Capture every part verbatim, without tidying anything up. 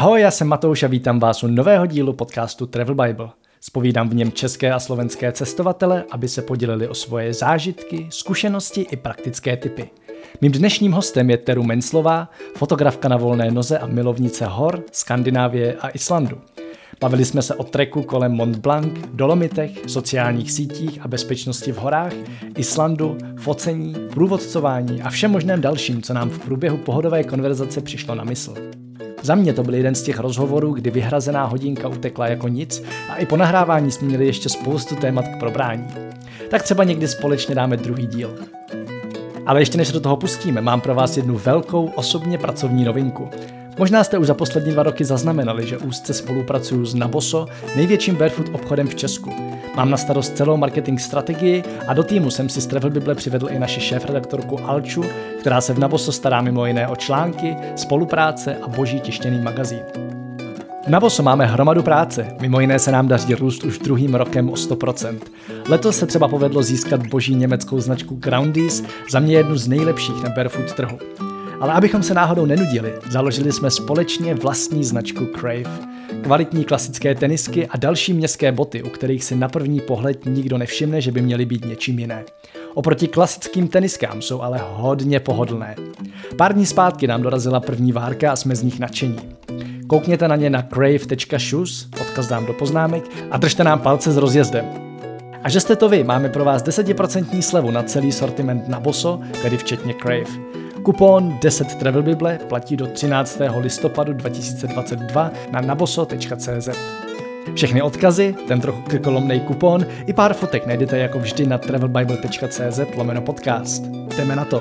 Ahoj, já jsem Matouš a vítám vás u nového dílu podcastu Travel Bible. Zpovídám v něm české a slovenské cestovatele, aby se podělili o svoje zážitky, zkušenosti i praktické tipy. Mým dnešním hostem je Teru Menclová, fotografka na volné noze a milovnice hor, Skandinávie a Islandu. Bavili jsme se o treku kolem Mont Blanc, Dolomitech, sociálních sítích a bezpečnosti v horách, Islandu, focení, průvodcování a všem možném dalším, co nám v průběhu pohodové konverzace přišlo na mysl. Za mě to byl jeden z těch rozhovorů, kdy vyhrazená hodinka utekla jako nic a i po nahrávání jsme měli ještě spoustu témat k probrání. Tak třeba někdy společně dáme druhý díl. Ale ještě než se do toho pustíme, mám pro vás jednu velkou osobně pracovní novinku. Možná jste už za poslední dva roky zaznamenali, že úzce spolupracuju s Naboso, největším barefoot obchodem v Česku. Mám na starost celou marketing strategii a do týmu jsem si z Travel Bible přivedl i naši šéfredaktorku Alču, která se v Naboso stará mimo jiné o články, spolupráce a boží tištěný magazín. V Naboso máme hromadu práce, mimo jiné se nám daří růst už druhým rokem o sto procent. Letos se třeba povedlo získat boží německou značku Groundies, za mě jednu z nejlepších na barefoot trhu. Ale abychom se náhodou nenudili, založili jsme společně vlastní značku Crave. Kvalitní klasické tenisky a další městské boty, u kterých si na první pohled nikdo nevšimne, že by měly být něčím jiné. Oproti klasickým teniskám jsou ale hodně pohodlné. Pár dní zpátky nám dorazila první várka a jsme z nich nadšení. Koukněte na ně na crave tečka shoes, odkaz dám do poznámek a držte nám palce s rozjezdem. A že jste to vy, máme pro vás deset procent slevu na celý sortiment Naboso, tedy včetně Crave. Kupon deset Travel Bible platí do třináctého listopadu dva tisíce dvacet dva na naboso tečka cé zet. Všechny odkazy, ten trochu krkolomnej kupon i pár fotek najdete jako vždy na travelbible tečka cé zet lomeno podcast. Jdeme na to.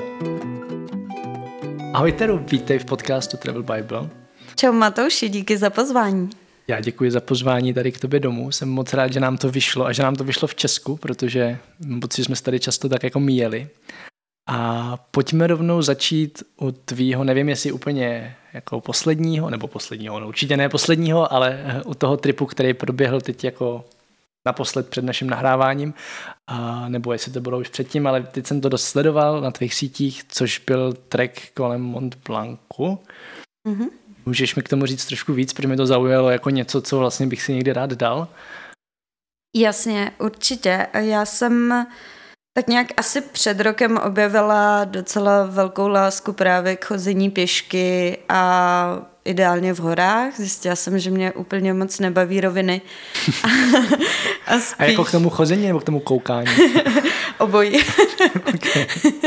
Ahoj Teru, vítej v podcastu Travel Bible. Čau Matouši, díky za pozvání. Já děkuji za pozvání tady k tobě domů. Jsem moc rád, že nám to vyšlo a že nám to vyšlo v Česku, protože mám pocit, že jsme se tady často tak jako míjeli. A pojďme rovnou začít u tvýho, nevím jestli úplně jako posledního, nebo posledního, no určitě ne posledního, ale u toho tripu, který proběhl teď jako naposled před naším nahráváním, a nebo jestli to bylo už předtím, ale teď jsem to dost sledoval na tvých sítích, což byl trek kolem Mont Blancu. Mm-hmm. Můžeš mi k tomu říct trošku víc, protože mi to zaujalo jako něco, co vlastně bych si někdy rád dal? Jasně, určitě. Já jsem tak nějak asi před rokem objevila docela velkou lásku právě k chození pěšky a ideálně v horách. Zjistila jsem, že mě úplně moc nebaví roviny. a, spíš... a jako k tomu chození nebo k tomu koukání? Obojí. Okay.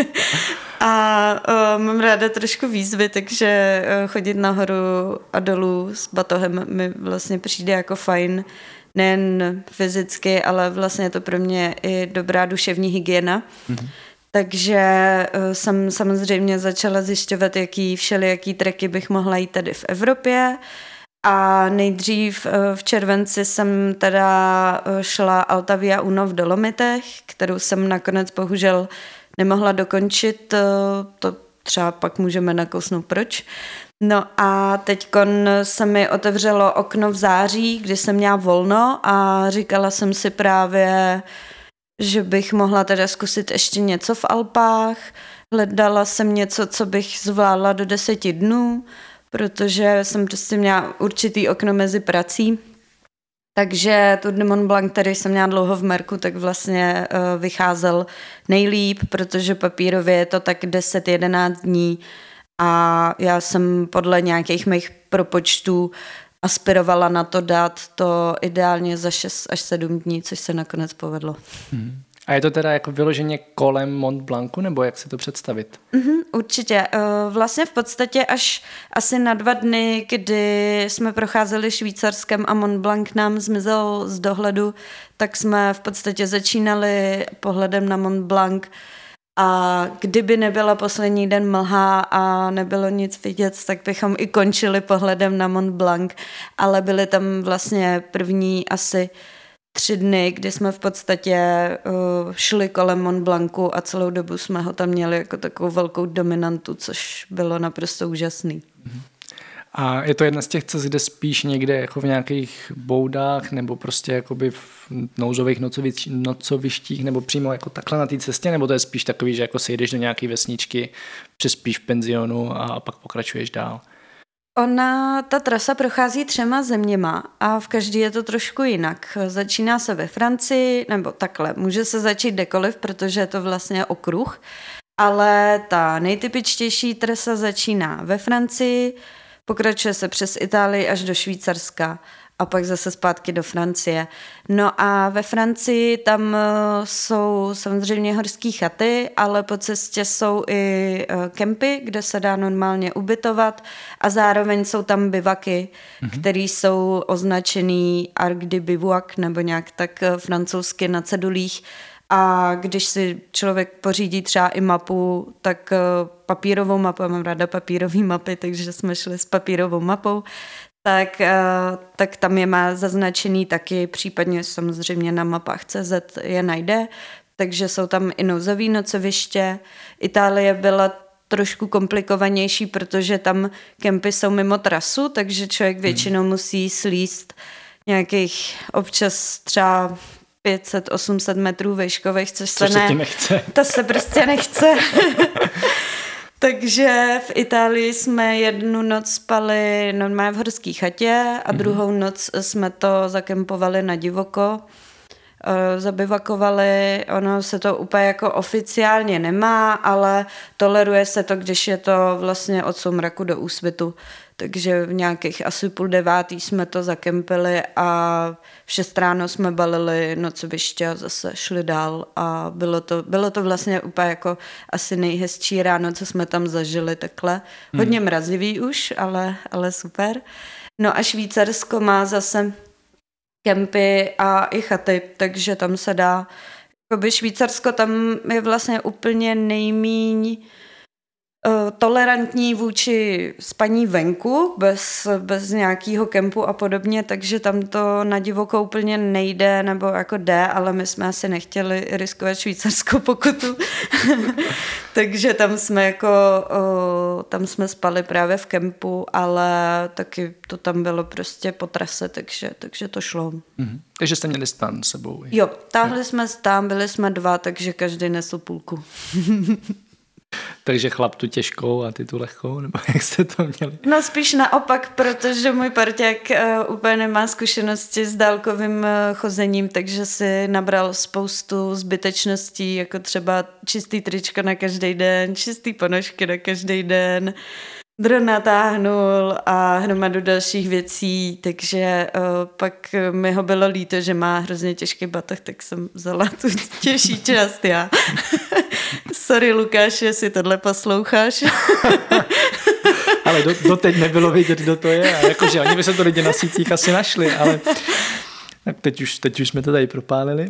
A uh, mám ráda trošku výzvy, takže uh, chodit nahoru a dolů s batohem mi vlastně přijde jako fajn. Nejen fyzicky, ale vlastně je to pro mě i dobrá duševní hygiena. Mm-hmm. Takže uh, jsem samozřejmě začala zjišťovat, jaký všelijaký treky bych mohla jít tady v Evropě. A nejdřív uh, v červenci jsem teda uh, šla Alta Via Uno v Dolomitech, kterou jsem nakonec bohužel nemohla dokončit. Uh, to třeba pak můžeme nakousnout proč. No a teďkon se mi otevřelo okno v září, kdy jsem měla volno a říkala jsem si právě, že bych mohla teda zkusit ještě něco v Alpách. Hledala jsem něco, co bych zvládla do deseti dnů, protože jsem prostě měla určitý okno mezi prací. Takže Tour de Mont Blanc, který jsem měla dlouho v merku, tak vlastně uh, vycházel nejlíp, protože papírově je to tak deset jedenáct dní. A já jsem podle nějakých mých propočtů aspirovala na to dát to ideálně za šest až sedm dní, což se nakonec povedlo. Hmm. A je to teda jako vyloženě kolem Mont Blancu, nebo jak si to představit? Mm-hmm, určitě. Vlastně v podstatě až asi na dva dny, kdy jsme procházeli Švýcarskem a Mont Blanc nám zmizel z dohledu, tak jsme v podstatě začínali pohledem na Mont Blanc. A kdyby nebyla poslední den mlha a nebylo nic vidět, tak bychom i končili pohledem na Mont Blanc, ale byly tam vlastně první asi tři dny, kdy jsme v podstatě uh, šli kolem Mont Blancu a celou dobu jsme ho tam měli jako takovou velkou dominantu, což bylo naprosto úžasný. A je to jedna z těch cest, kde spíš někde jako v nějakých boudách nebo prostě jakoby v nouzových nocovištích, nocovištích nebo přímo jako takhle na té cestě, nebo to je spíš takový, že jako sejdeš do nějaké vesničky, přespíš v penzionu a pak pokračuješ dál? Ona, ta trasa prochází třema zeměma a v každý je to trošku jinak. Začíná se ve Francii, nebo takhle, může se začít kdekoliv, protože je to vlastně okruh, ale ta nejtypičtější trasa začíná ve Francii, pokračuje se přes Itálii až do Švýcarska a pak zase zpátky do Francie. No a ve Francii tam jsou samozřejmě horské chaty, ale po cestě jsou i kempy, kde se dá normálně ubytovat a zároveň jsou tam bivaky, mm-hmm. které jsou označený Arc de Bivouac nebo nějak tak francouzsky na cedulích. A když si člověk pořídí třeba i mapu, tak papírovou mapu, já mám ráda papírové mapy, takže jsme šli s papírovou mapou, tak, tak tam je má zaznačený taky, případně samozřejmě na mapách C Z je najde, takže jsou tam i nouzový nocoviště. Itálie byla trošku komplikovanější, protože tam kempy jsou mimo trasu, takže člověk většinou musí slízt nějakých občas třeba pět set osm set metrů výškových, což Co se, ne, se nechce. To se prostě nechce. Takže v Itálii jsme jednu noc spali normálně v horské chatě a mm-hmm. druhou noc jsme to zakempovali na divoko. Zabivakovali, ono se to úplně jako oficiálně nemá, ale toleruje se to, když je to vlastně od soumraku do úsvitu. Takže v nějakých asi půl devátý jsme to zakempili a v šest ráno jsme balili nocoviště a zase šli dál a bylo to, bylo to vlastně úplně jako asi nejhezčí ráno, co jsme tam zažili takhle. Hodně mrazivý už, ale, ale super. No a Švýcarsko má zase kempy a i chaty, takže tam se dá, jakoby Švýcarsko tam je vlastně úplně nejmíň uh, tolerantní vůči spaní venku, bez, bez nějakého kempu a podobně, takže tam to na divoko úplně nejde, nebo jako jde, ale my jsme asi nechtěli riskovat švýcarskou pokutu, takže tam jsme jako, uh, tam jsme spali právě v kempu, ale taky to tam bylo prostě po trase, takže, takže to šlo. Mm-hmm. Takže jste měli stan s sebou. Jo, táhli jsme stan, byli jsme dva, takže každý nesl půlku. Takže chlap tu těžkou a ty tu lehkou, nebo jak jste to měli? No spíš naopak, protože můj parťák uh, úplně nemá zkušenosti s dálkovým uh, chozením, takže si nabral spoustu zbytečností, jako třeba čistý tričko na každý den, čistý ponožky na každý den, dron natáhnul a hromadu dalších věcí, takže uh, pak mi ho bylo líto, že má hrozně těžký batoh, tak jsem vzala tu těžší část já. Sorry, Lukáš, jestli tohle posloucháš. Ale do, doteď nebylo vidět, kdo to je. A jakože oni by se to lidi na sítích asi našli, ale tak teď už, teď už jsme to tady propálili.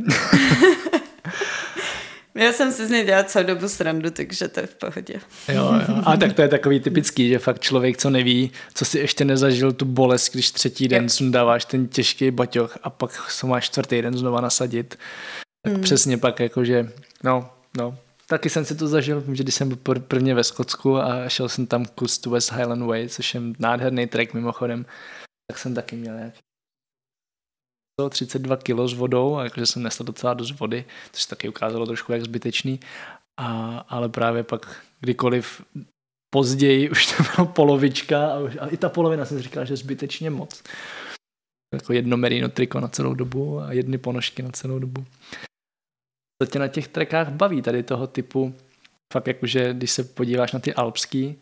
Já jsem si z něj dělala celou dobu srandu, takže to je v pohodě. Jo, jo. A tak to je takový typický, že fakt člověk, co neví, co si ještě nezažil tu bolest, když třetí den sundáváš ten těžký baťoch a pak se máš čtvrtý den znova nasadit. Tak mm. přesně pak jakože, no, no. Taky jsem si to zažil, že když jsem byl prvně ve Skotsku a šel jsem tam kus tu West Highland Way, což je nádherný trek mimochodem, tak jsem taky měl nějaký třicet dva kilo s vodou a jakože jsem nesl docela dost vody, což taky ukázalo trošku jak zbytečný, a, ale právě pak kdykoliv později už to bylo polovička a, už, a i ta polovina jsem říkal, že zbytečně moc. Jako jedno merino triko na celou dobu a jedny ponožky na celou dobu. Co tě na těch trekách baví tady toho typu, fakt jakože když se podíváš na ty alpský?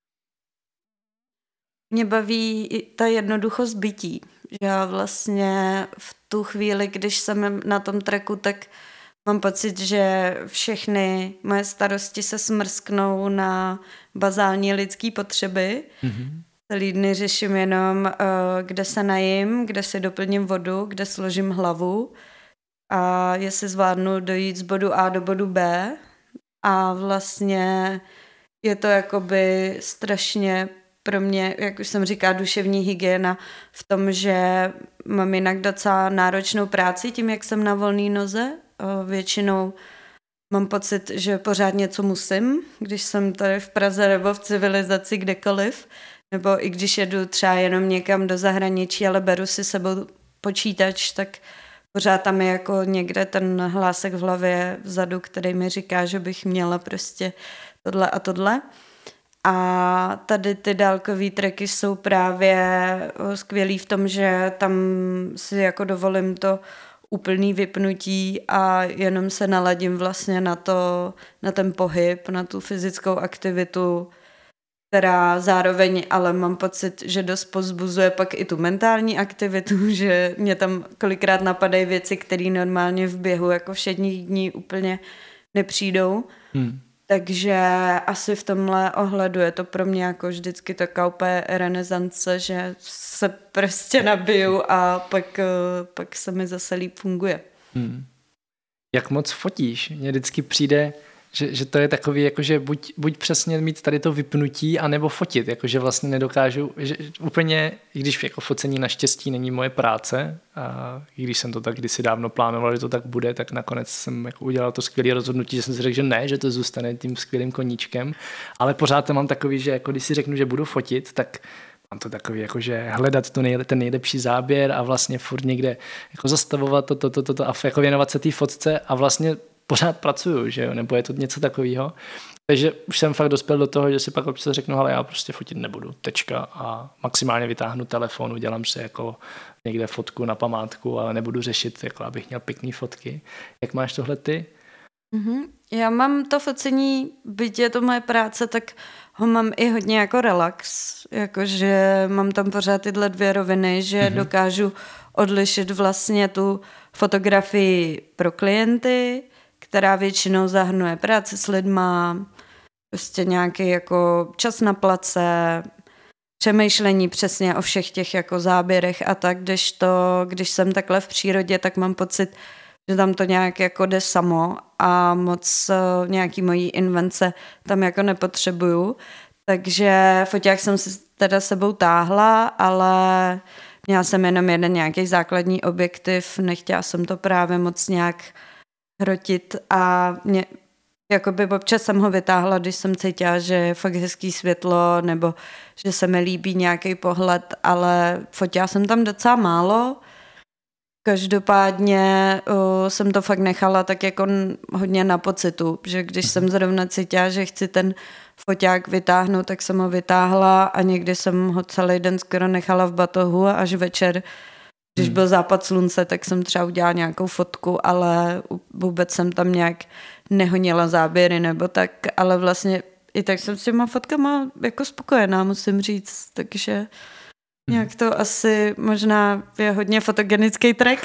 Mě baví ta jednoduchost bytí. Já vlastně v tu chvíli, když jsem na tom treku, tak mám pocit, že všechny moje starosti se smrsknou na bazální lidské potřeby. Mm-hmm. Celý dny řeším jenom, kde se najím, kde si doplním vodu, kde složím hlavu a jestli zvládnu dojít z bodu A do bodu B. A vlastně je to jakoby strašně pro mě, jak už jsem říkala, duševní hygiena v tom, že mám jinak docela náročnou práci tím, jak jsem na volné noze. Většinou mám pocit, že pořád něco musím, když jsem tady v Praze nebo v civilizaci kdekoliv, nebo i když jedu třeba jenom někam do zahraničí, ale beru si sebou počítač, tak pořád tam je jako někde ten hlásek v hlavě vzadu, který mi říká, že bych měla prostě tohle a tohle. A tady ty dálkový tracky jsou právě skvělý v tom, že tam si jako dovolím to úplný vypnutí a jenom se naladím vlastně na to, na ten pohyb, na tu fyzickou aktivitu, která zároveň ale mám pocit, že dost pozbuzuje pak i tu mentální aktivitu, že mě tam kolikrát napadají věci, které normálně v běhu jako všedních dní úplně nepřijdou. Hmm. Takže asi v tomhle ohledu je to pro mě jako vždycky taková úplně renesance, že se prostě nabiju a pak, pak se mi zase líp funguje. Hmm. Jak moc fotíš? Mně vždycky přijde, že, že to je takový, jakože buď, buď přesně mít tady to vypnutí, anebo fotit, jakože vlastně nedokážu, že úplně, i když jako focení naštěstí není moje práce, a i když jsem to tak kdysi dávno plánoval, že to tak bude, tak nakonec jsem jako udělal to skvělé rozhodnutí, že jsem si řekl, že ne, že to zůstane tím skvělým koníčkem, ale pořád to mám takový, že jako když si řeknu, že budu fotit, tak mám to takový, jakože hledat to nejle, ten nejlepší záběr a vlastně furt někde jako zastavovat to, to, to, to, to a jako věnovat se té fotce a vlastně pořád pracuju, že jo, nebo je to něco takového. Takže už jsem fakt dospěl do toho, že si pak občas řeknu, ale já prostě fotit nebudu, tečka, a maximálně vytáhnu telefon, udělám si jako někde fotku na památku, ale nebudu řešit, jako abych měl pěkný fotky. Jak máš tohle ty? Mm-hmm. Já mám to focení, byť je to moje práce, tak ho mám i hodně jako relax, jakože mám tam pořád tyhle dvě roviny, že mm-hmm. dokážu odlišit vlastně tu fotografii pro klienty, která většinou zahrnuje práci s lidma, prostě nějaký jako čas na place, přemýšlení přesně o všech těch jako záběrech a tak, když to, když jsem takhle v přírodě, tak mám pocit, že tam to nějak jako jde samo a moc nějaký mojí invence tam jako nepotřebuju. Takže foťák jsem si teda sebou táhla, ale měla jsem jenom jeden nějaký základní objektiv, nechtěla jsem to právě moc nějak hrotit a mě, jakoby občas jsem ho vytáhla, když jsem cítila, že je fakt hezký světlo nebo že se mi líbí nějaký pohled, ale fotila jsem tam docela málo. Každopádně uh, jsem to fakt nechala tak jako hodně na pocitu, že když jsem zrovna cítila, že chci ten foťák vytáhnout, tak jsem ho vytáhla a někdy jsem ho celý den skoro nechala v batohu a až večer, když byl západ slunce, tak jsem třeba udělala nějakou fotku, ale vůbec jsem tam nějak nehonila záběry nebo tak, ale vlastně i tak jsem s těma fotkama jako spokojená, musím říct, takže nějak to asi možná je hodně fotogenický track.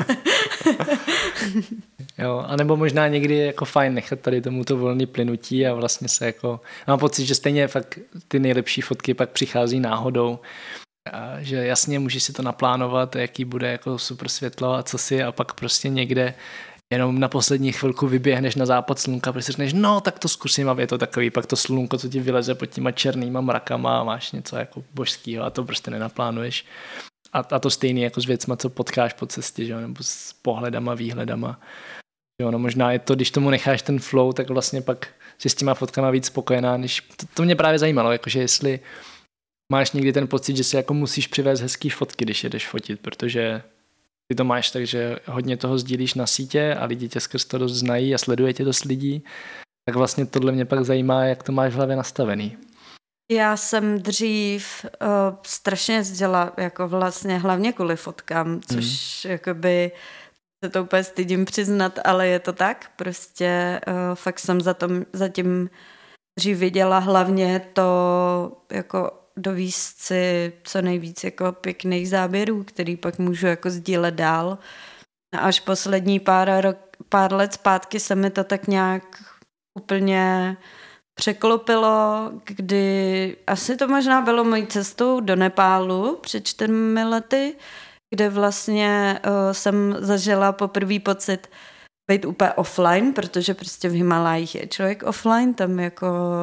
Jo, anebo možná někdy je jako fajn nechat tady tomuto volný plynutí a vlastně se jako, mám pocit, že stejně fakt ty nejlepší fotky pak přichází náhodou, a že jasně můžeš si to naplánovat, jaký bude jako super světlo a co si a pak prostě někde jenom na poslední chvilku vyběhneš na západ slunka, protože řekneš, no tak to zkusím a je to takový, pak to slunko, co ti vyleze pod těma černýma mrakama a máš něco jako božskýho a to prostě nenaplánuješ. A, a to stejný jako s věcma, co potkáš po cestě, že jo? Nebo s pohledama, výhledama. Jo, no možná je to, když tomu necháš ten flow, tak vlastně pak si s těma fotkama víc spokojená, než to, to mě právě zajímalo, jakože jestli máš někdy ten pocit, že si jako musíš přivést hezký fotky, když jedeš fotit, protože ty to máš tak, že hodně toho sdílíš na sítě a lidi tě skrz to dost znají a sleduje tě dost lidí, tak vlastně tohle mě pak zajímá, jak to máš v hlavě nastavený. Já jsem dřív uh, strašně jezdila jako vlastně hlavně kvůli fotkám, což hmm. jakoby se to úplně stydím přiznat, ale je to tak. Prostě uh, fakt jsem za tom, zatím dřív viděla hlavně to jako dovízt si co nejvíc jako pěkných záběrů, který pak můžu jako sdílet dál. A až poslední pár, rok, pár let zpátky se mi to tak nějak úplně překlopilo, kdy asi to možná bylo mojí cestou do Nepálu před čtyřmi lety, kde vlastně uh, jsem zažila poprvý pocit být úplně offline, protože prostě v Himalájích je člověk offline, tam jako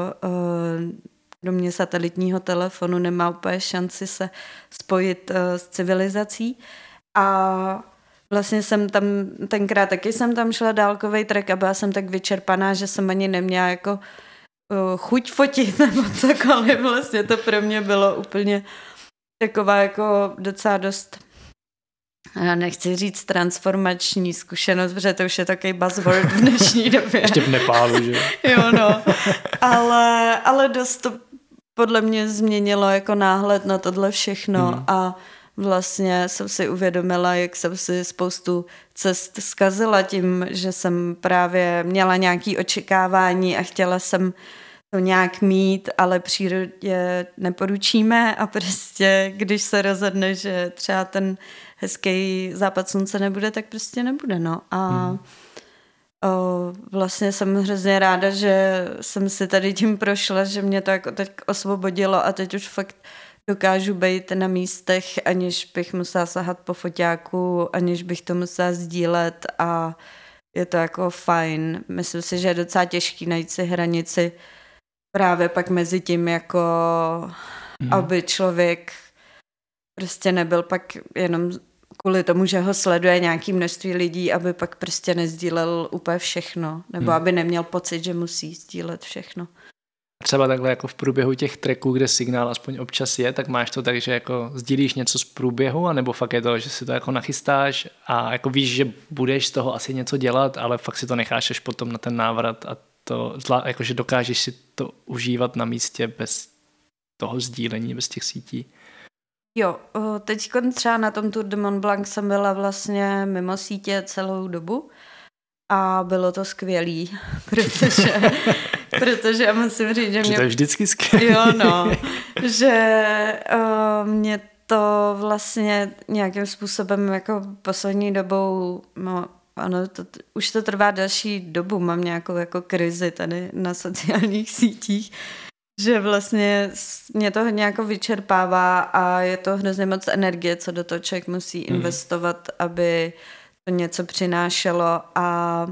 uh, kromě satelitního telefonu nemá úplně šanci se spojit uh, s civilizací. A vlastně jsem tam, tenkrát taky jsem tam šla dálkovej trek a byla jsem tak vyčerpaná, že jsem ani neměla jako uh, chuť fotit nebo cokoliv. Vlastně to pro mě bylo úplně taková jako docela dost, já nechci říct transformační zkušenost, protože to už je takový buzzword v dnešní době. Ještě v Nepálu, že? Jo, no. Ale, ale dost to podle mě změnilo jako náhled na tohle všechno mm. a vlastně jsem si uvědomila, jak jsem si spoustu cest zkazila tím, že jsem právě měla nějaké očekávání a chtěla jsem to nějak mít, ale přírodě neporučíme a prostě když se rozhodne, že třeba ten hezký západ slunce nebude, tak prostě nebude, no. A mm. o, vlastně jsem hrozně ráda, že jsem si tady tím prošla, že mě to jako teď osvobodilo a teď už fakt dokážu být na místech, aniž bych musela sahat po foťáku, aniž bych to musela sdílet a je to jako fajn. Myslím si, že je docela těžký najít si hranici právě pak mezi tím, jako mm. aby člověk prostě nebyl pak jenom kvůli tomu, že ho sleduje nějaký množství lidí, aby pak prostě nezdílel úplně všechno, nebo mm. aby neměl pocit, že musí sdílet všechno. Třeba takhle jako v průběhu těch tracků, kde signál aspoň občas je, tak máš to tak, že jako sdílíš něco z průběhu, anebo fakt je to, že si to jako nachystáš a jako víš, že budeš z toho asi něco dělat, ale fakt si to necháš až potom na ten návrat a to, jakože dokážeš si to užívat na místě bez toho sdílení, bez těch sítí. Jo, teď třeba na tom Tour de Mont Blanc jsem byla vlastně mimo sítě celou dobu a bylo to skvělý, protože, protože já musím říct, že mě... Že to je vždycky skvělý. Jo, no, že uh, mě to vlastně nějakým způsobem jako poslední dobou, no, ano, to, už to trvá další dobu, mám nějakou jako krizi tady na sociálních sítích, že vlastně mě to hodně jako vyčerpává a je to hrozně moc energie, co do toho člověk musí investovat, mm. aby to něco přinášelo a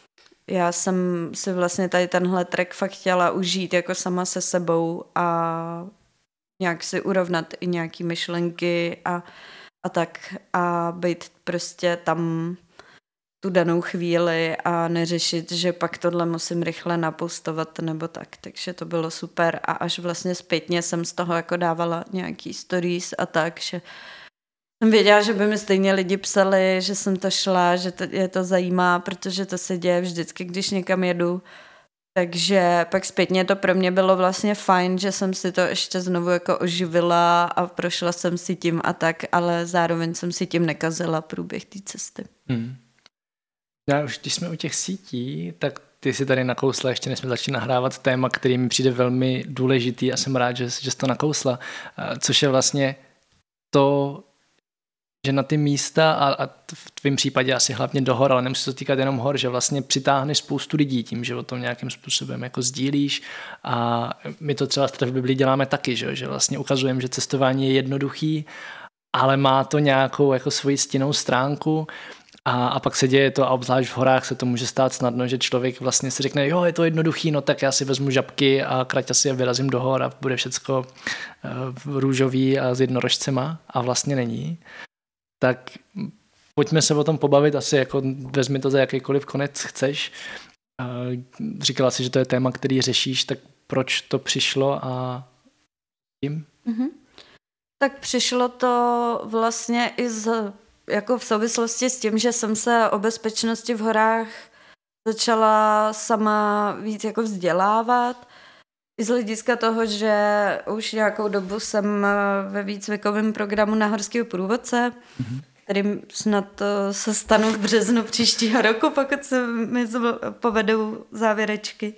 já jsem si vlastně tady tenhle track fakt chtěla užít jako sama se sebou a nějak si urovnat i nějaký myšlenky a, a tak a být prostě tam tu danou chvíli a neřešit, že pak tohle musím rychle napostovat nebo tak. Takže to bylo super a až vlastně zpětně jsem z toho jako dávala nějaký stories a tak, že jsem věděla, že by mi stejně lidi psali, že jsem to šla, že to, je to zajímá, protože to se děje vždycky, když někam jedu. Takže pak zpětně to pro mě bylo vlastně fajn, že jsem si to ještě znovu jako oživila a prošla jsem si tím a tak, ale zároveň jsem si tím nekazila průběh té cesty. Hmm. Já už, když jsme u těch sítí, tak ty si tady nakousla, ještě než jsme začali nahrávat téma, který mi přijde velmi důležitý a jsem rád, že, že jsi to nakousla, což je vlastně to, že na ty místa a, a v tvém případě asi hlavně do hor, ale nemusí to týkat jenom hor, že vlastně přitáhneš spoustu lidí tím, že o tom nějakým způsobem jako sdílíš a my to třeba v Biblii děláme taky, že, že vlastně ukazujeme, že cestování je jednoduchý, ale má to nějakou jako svoji stinnou stránku. A, a pak se děje to, a obzvlášť v horách se to může stát snadno, že člověk vlastně si řekne, jo, je to jednoduchý, no tak já si vezmu žabky a kraťa si je vyrazím do hor a bude všecko uh, růžový a s jednorožcema a vlastně není. Tak pojďme se o tom pobavit, asi jako vezmi to za jakýkoliv konec chceš. Uh, říkala si, že to je téma, který řešíš, tak proč to přišlo a tím? Mm-hmm. Tak přišlo to vlastně i z jako v souvislosti s tím, že jsem se o bezpečnosti v horách začala sama víc jako vzdělávat. I z hlediska toho, že už nějakou dobu jsem ve výcvikovém programu na horského průvodce, mm-hmm. kterým snad se stanu v březnu příštího roku, pokud se mi povedou závěrečky.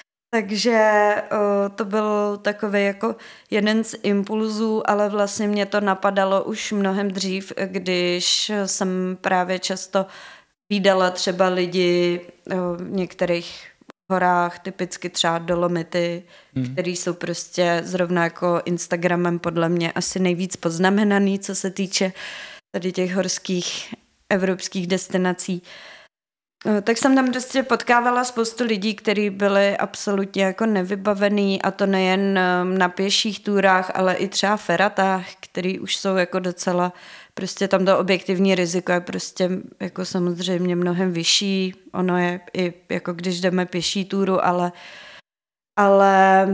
Takže o, to byl takový jako jeden z impulzů, ale vlastně mě to napadalo už mnohem dřív, když jsem právě často vídala třeba lidi o, v některých horách, typicky třeba Dolomity, hmm. který jsou prostě zrovna jako Instagramem podle mě asi nejvíc poznamenaný, co se týče tady těch horských evropských destinací. Tak jsem tam prostě potkávala spoustu lidí, kteří byli absolutně jako nevybavený a to nejen na pěších túrách, ale i třeba feratách, který už jsou jako docela, prostě tam to objektivní riziko je prostě jako samozřejmě mnohem vyšší. Ono je i jako když jdeme pěší túru, ale, ale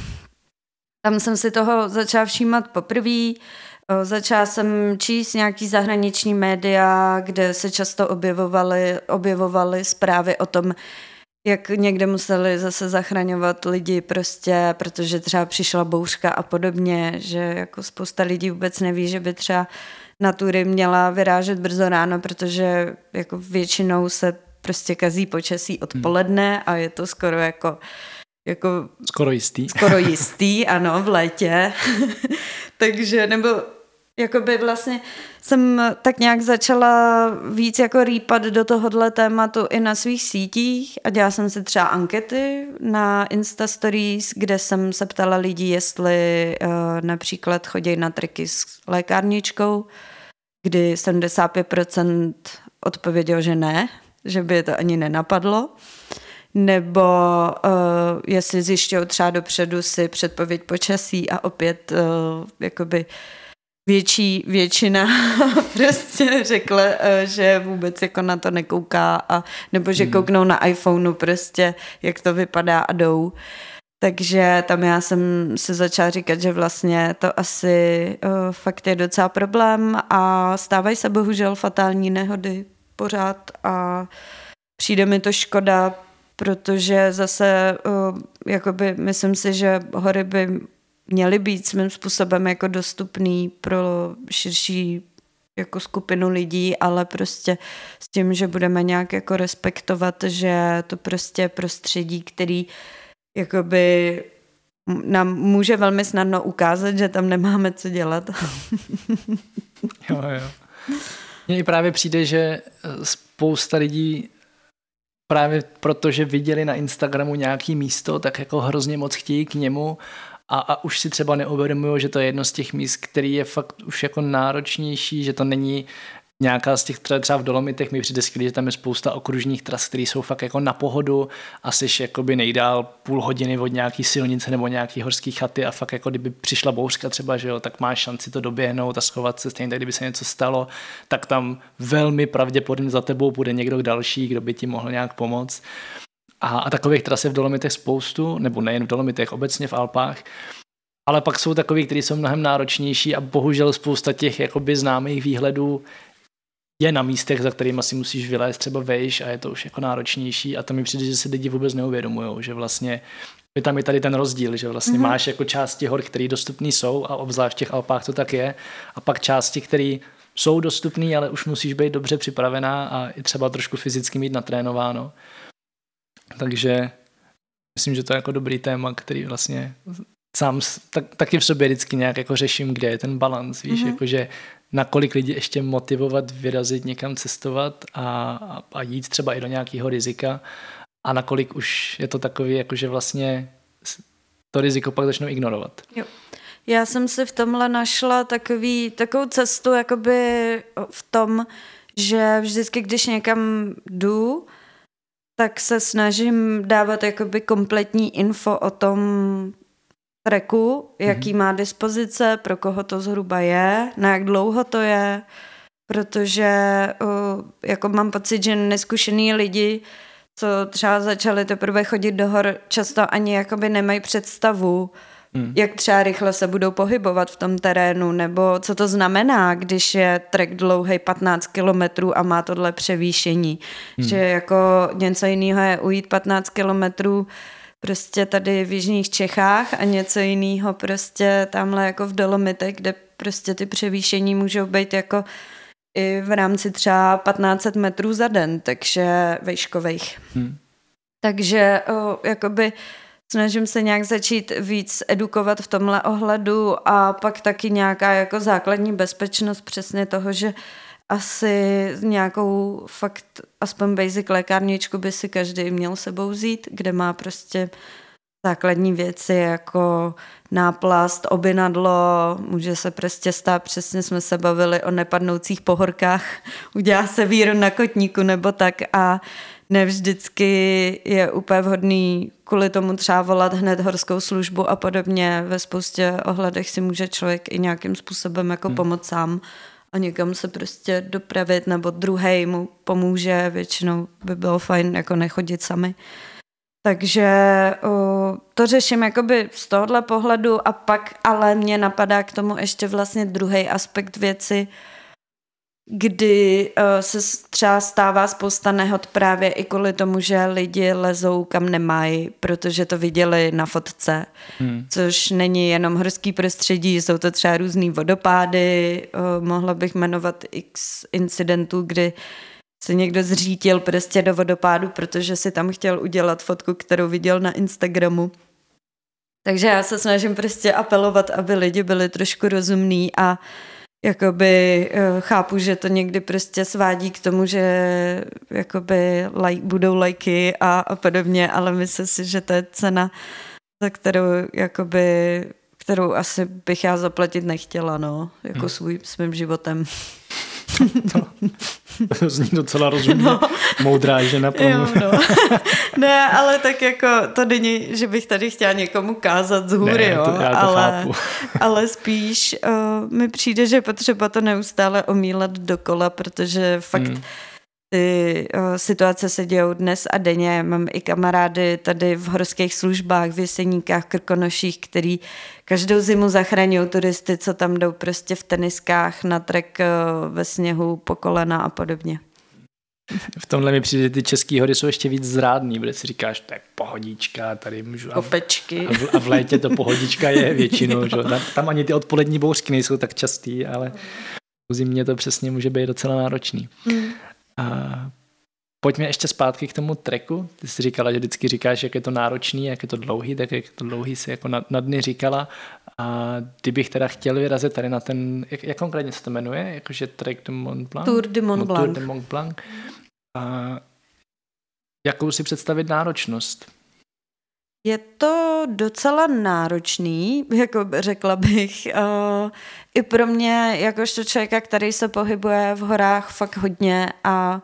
tam jsem si toho začala všímat poprvé. Začala jsem číst nějaký zahraniční média, kde se často objevovaly, objevovaly zprávy o tom, jak někde museli zase zachraňovat lidi prostě, protože třeba přišla bouřka a podobně, že jako spousta lidí vůbec neví, že by třeba na tury měla vyrážet brzo ráno, protože jako většinou se prostě kazí počasí odpoledne a je to skoro jako jako skoro jistý. Skoro jistý, ano, v létě. Takže, nebo jakoby vlastně jsem tak nějak začala víc jako rýpat do tohohle tématu i na svých sítích a dělala jsem si třeba ankety na Insta Stories, kde jsem se ptala lidí, jestli uh, například chodí na triky s lékárničkou, kdy sedmdesát pět procent odpovědělo, že ne, že by je to ani nenapadlo. Nebo uh, jestli zjišťují třeba dopředu si předpověď počasí a opět uh, jakoby větší většina prostě řekla, uh, že vůbec jako na to nekouká a nebo že kouknou na iPhoneu prostě, jak to vypadá a jdou. Takže tam já jsem si začala říkat, že vlastně to asi uh, fakt je docela problém a stávají se bohužel fatální nehody pořád a přijde mi to škoda, protože zase uh, jakoby myslím si, že hory by měly být svým způsobem jako dostupný pro širší jako skupinu lidí, ale prostě s tím, že budeme nějak jako respektovat, že to prostě prostředí, který jakoby nám může velmi snadno ukázat, že tam nemáme co dělat. Jo, jo. Mně právě přijde, že spousta lidí právě protože viděli na Instagramu nějaký místo, tak jako hrozně moc chtějí k němu a, a už si třeba neuvědomují, že to je jedno z těch míst, který je fakt už jako náročnější, že to není nějaká z těch třeba v Dolomitech mi přijde skvělý, že tam je spousta okružních tras, které jsou fakt jako na pohodu a jsi jakoby nejdál půl hodiny od nějaký silnice nebo nějaký horský chaty a fakt jako kdyby přišla bouřka třeba, že jo, tak máš šanci to doběhnout a schovat se, stejně tak, kdyby se něco stalo, tak tam velmi pravděpodobně za tebou bude někdo další, kdo by ti mohl nějak pomoct. A, a takových tras je v Dolomitech spoustu, nebo nejen v Dolomitech, obecně v Alpách. Ale pak jsou takový, které jsou mnohem náročnější a bohužel spousta těch jakoby známých výhledů je na místech, za kterými si musíš vylézt třeba vejš a je to už jako náročnější a to mi přijde, že si lidi vůbec neuvědomujou, že vlastně je tam je tady ten rozdíl, že vlastně mm-hmm. máš jako části hor, které dostupné jsou a obzvlášť v těch Alpách to tak je a pak části, které jsou dostupné, ale už musíš být dobře připravená a i třeba trošku fyzicky mít natrénováno. Takže myslím, že to je jako dobrý téma, který vlastně sám tak, taky v sobě vždycky nějak jako řeším, kde je ten balans, víš, mm-hmm. jakože nakolik lidi ještě motivovat vyrazit někam cestovat a, a jít třeba i do nějakého rizika a nakolik už je to takový, jakože vlastně to riziko pak začnou ignorovat. Jo. Já jsem si v tomhle našla takový, takovou cestu jakoby v tom, že vždycky, když někam jdu, tak se snažím dávat jakoby kompletní info o tom treku, jaký má dispozice, pro koho to zhruba je, na jak dlouho to je, protože uh, jako mám pocit, že neskušený lidi, co třeba začali teprve chodit do hor, často ani jakoby nemají představu, hmm. jak třeba rychle se budou pohybovat v tom terénu, nebo co to znamená, když je trek dlouhý patnáct kilometrů a má tohle převýšení. Hmm. Že jako něco jiného je ujít patnáct kilometrů prostě tady v jižních Čechách a něco jiného prostě tamhle jako v Dolomitech, kde prostě ty převýšení můžou být jako i v rámci třeba patnáct set metrů za den, takže vejškových. Hmm. Takže o, jakoby snažím se nějak začít víc edukovat v tomhle ohledu a pak taky nějaká jako základní bezpečnost přesně toho, že asi nějakou fakt aspoň basic lékárničku by si každý měl sebou vzít, kde má prostě základní věci jako náplast, obinadlo, může se prostě stát, přesně jsme se bavili o nepadnoucích pohorkách, udělá se víru na kotníku nebo tak a ne vždycky je úplně vhodný kvůli tomu třeba volat hned horskou službu a podobně. Ve spoustě ohledech si může člověk i nějakým způsobem jako hmm. pomoct sám a někam se prostě dopravit, nebo druhej mu pomůže, většinou by bylo fajn jako nechodit sami. Takže o, to řeším jakoby z tohohle pohledu a pak ale mě napadá k tomu ještě vlastně druhý aspekt věci, kdy uh, se třeba stává spousta nehod právě i kvůli tomu, že lidi lezou kam nemají, protože to viděli na fotce, hmm. což není jenom horský prostředí, jsou to třeba různý vodopády, uh, mohla bych jmenovat x incidentů, kdy se někdo zřítil prostě do vodopádu, protože si tam chtěl udělat fotku, kterou viděl na Instagramu. Takže já se snažím prostě apelovat, aby lidi byli trošku rozumní a jakoby chápu, že to někdy prostě svádí k tomu, že jakoby laj, budou lajky a, a podobně, ale myslím si, že to je cena, za kterou jakoby, kterou asi bych já zaplatit nechtěla, no, jako hmm. svůj, svým životem. To, to zní docela rozumně. No. Moudrá žena. Jo, no. Ne, ale tak jako to není, že bych tady chtěla někomu kázat z hůry, ne, jo, to, já to ale, chápu. ale spíš uh, mi přijde, že je potřeba to neustále omílat dokola, protože fakt hmm. ty uh, situace se dějou dnes a denně. Mám i kamarády tady v horských službách, v Jeseníkách, Krkonoších, který každou zimu zachraňují turisty, co tam jdou prostě v teniskách na trek uh, ve sněhu po kolena a podobně. V tomhle mi přijde, že ty český hory jsou ještě víc zrádný, protože si říkáš, to je pohodička, tady můžu... Kopečky. A v, a v létě to pohodička je většinou, že? Tam, tam ani ty odpolední bouřky nejsou tak častý, ale v zimě to přesně může být docela náročný. Hmm. A pojďme ještě zpátky k tomu treku. Ty jsi říkala, že vždycky říkáš, jak je to náročný, jak je to dlouhý, tak jak je to dlouhý si jako na, na dny říkala. A kdybych teda chtěl vyrazit tady na ten, jak, jak konkrétně se to jmenuje? Jakože Trek de Mont Blanc? Tour de Mont Blanc. Tour de Mont Blanc. A jakou si představit náročnost? Je to docela náročný, jako řekla bych. Uh, I pro mě, jakožto člověka, který se pohybuje v horách fakt hodně a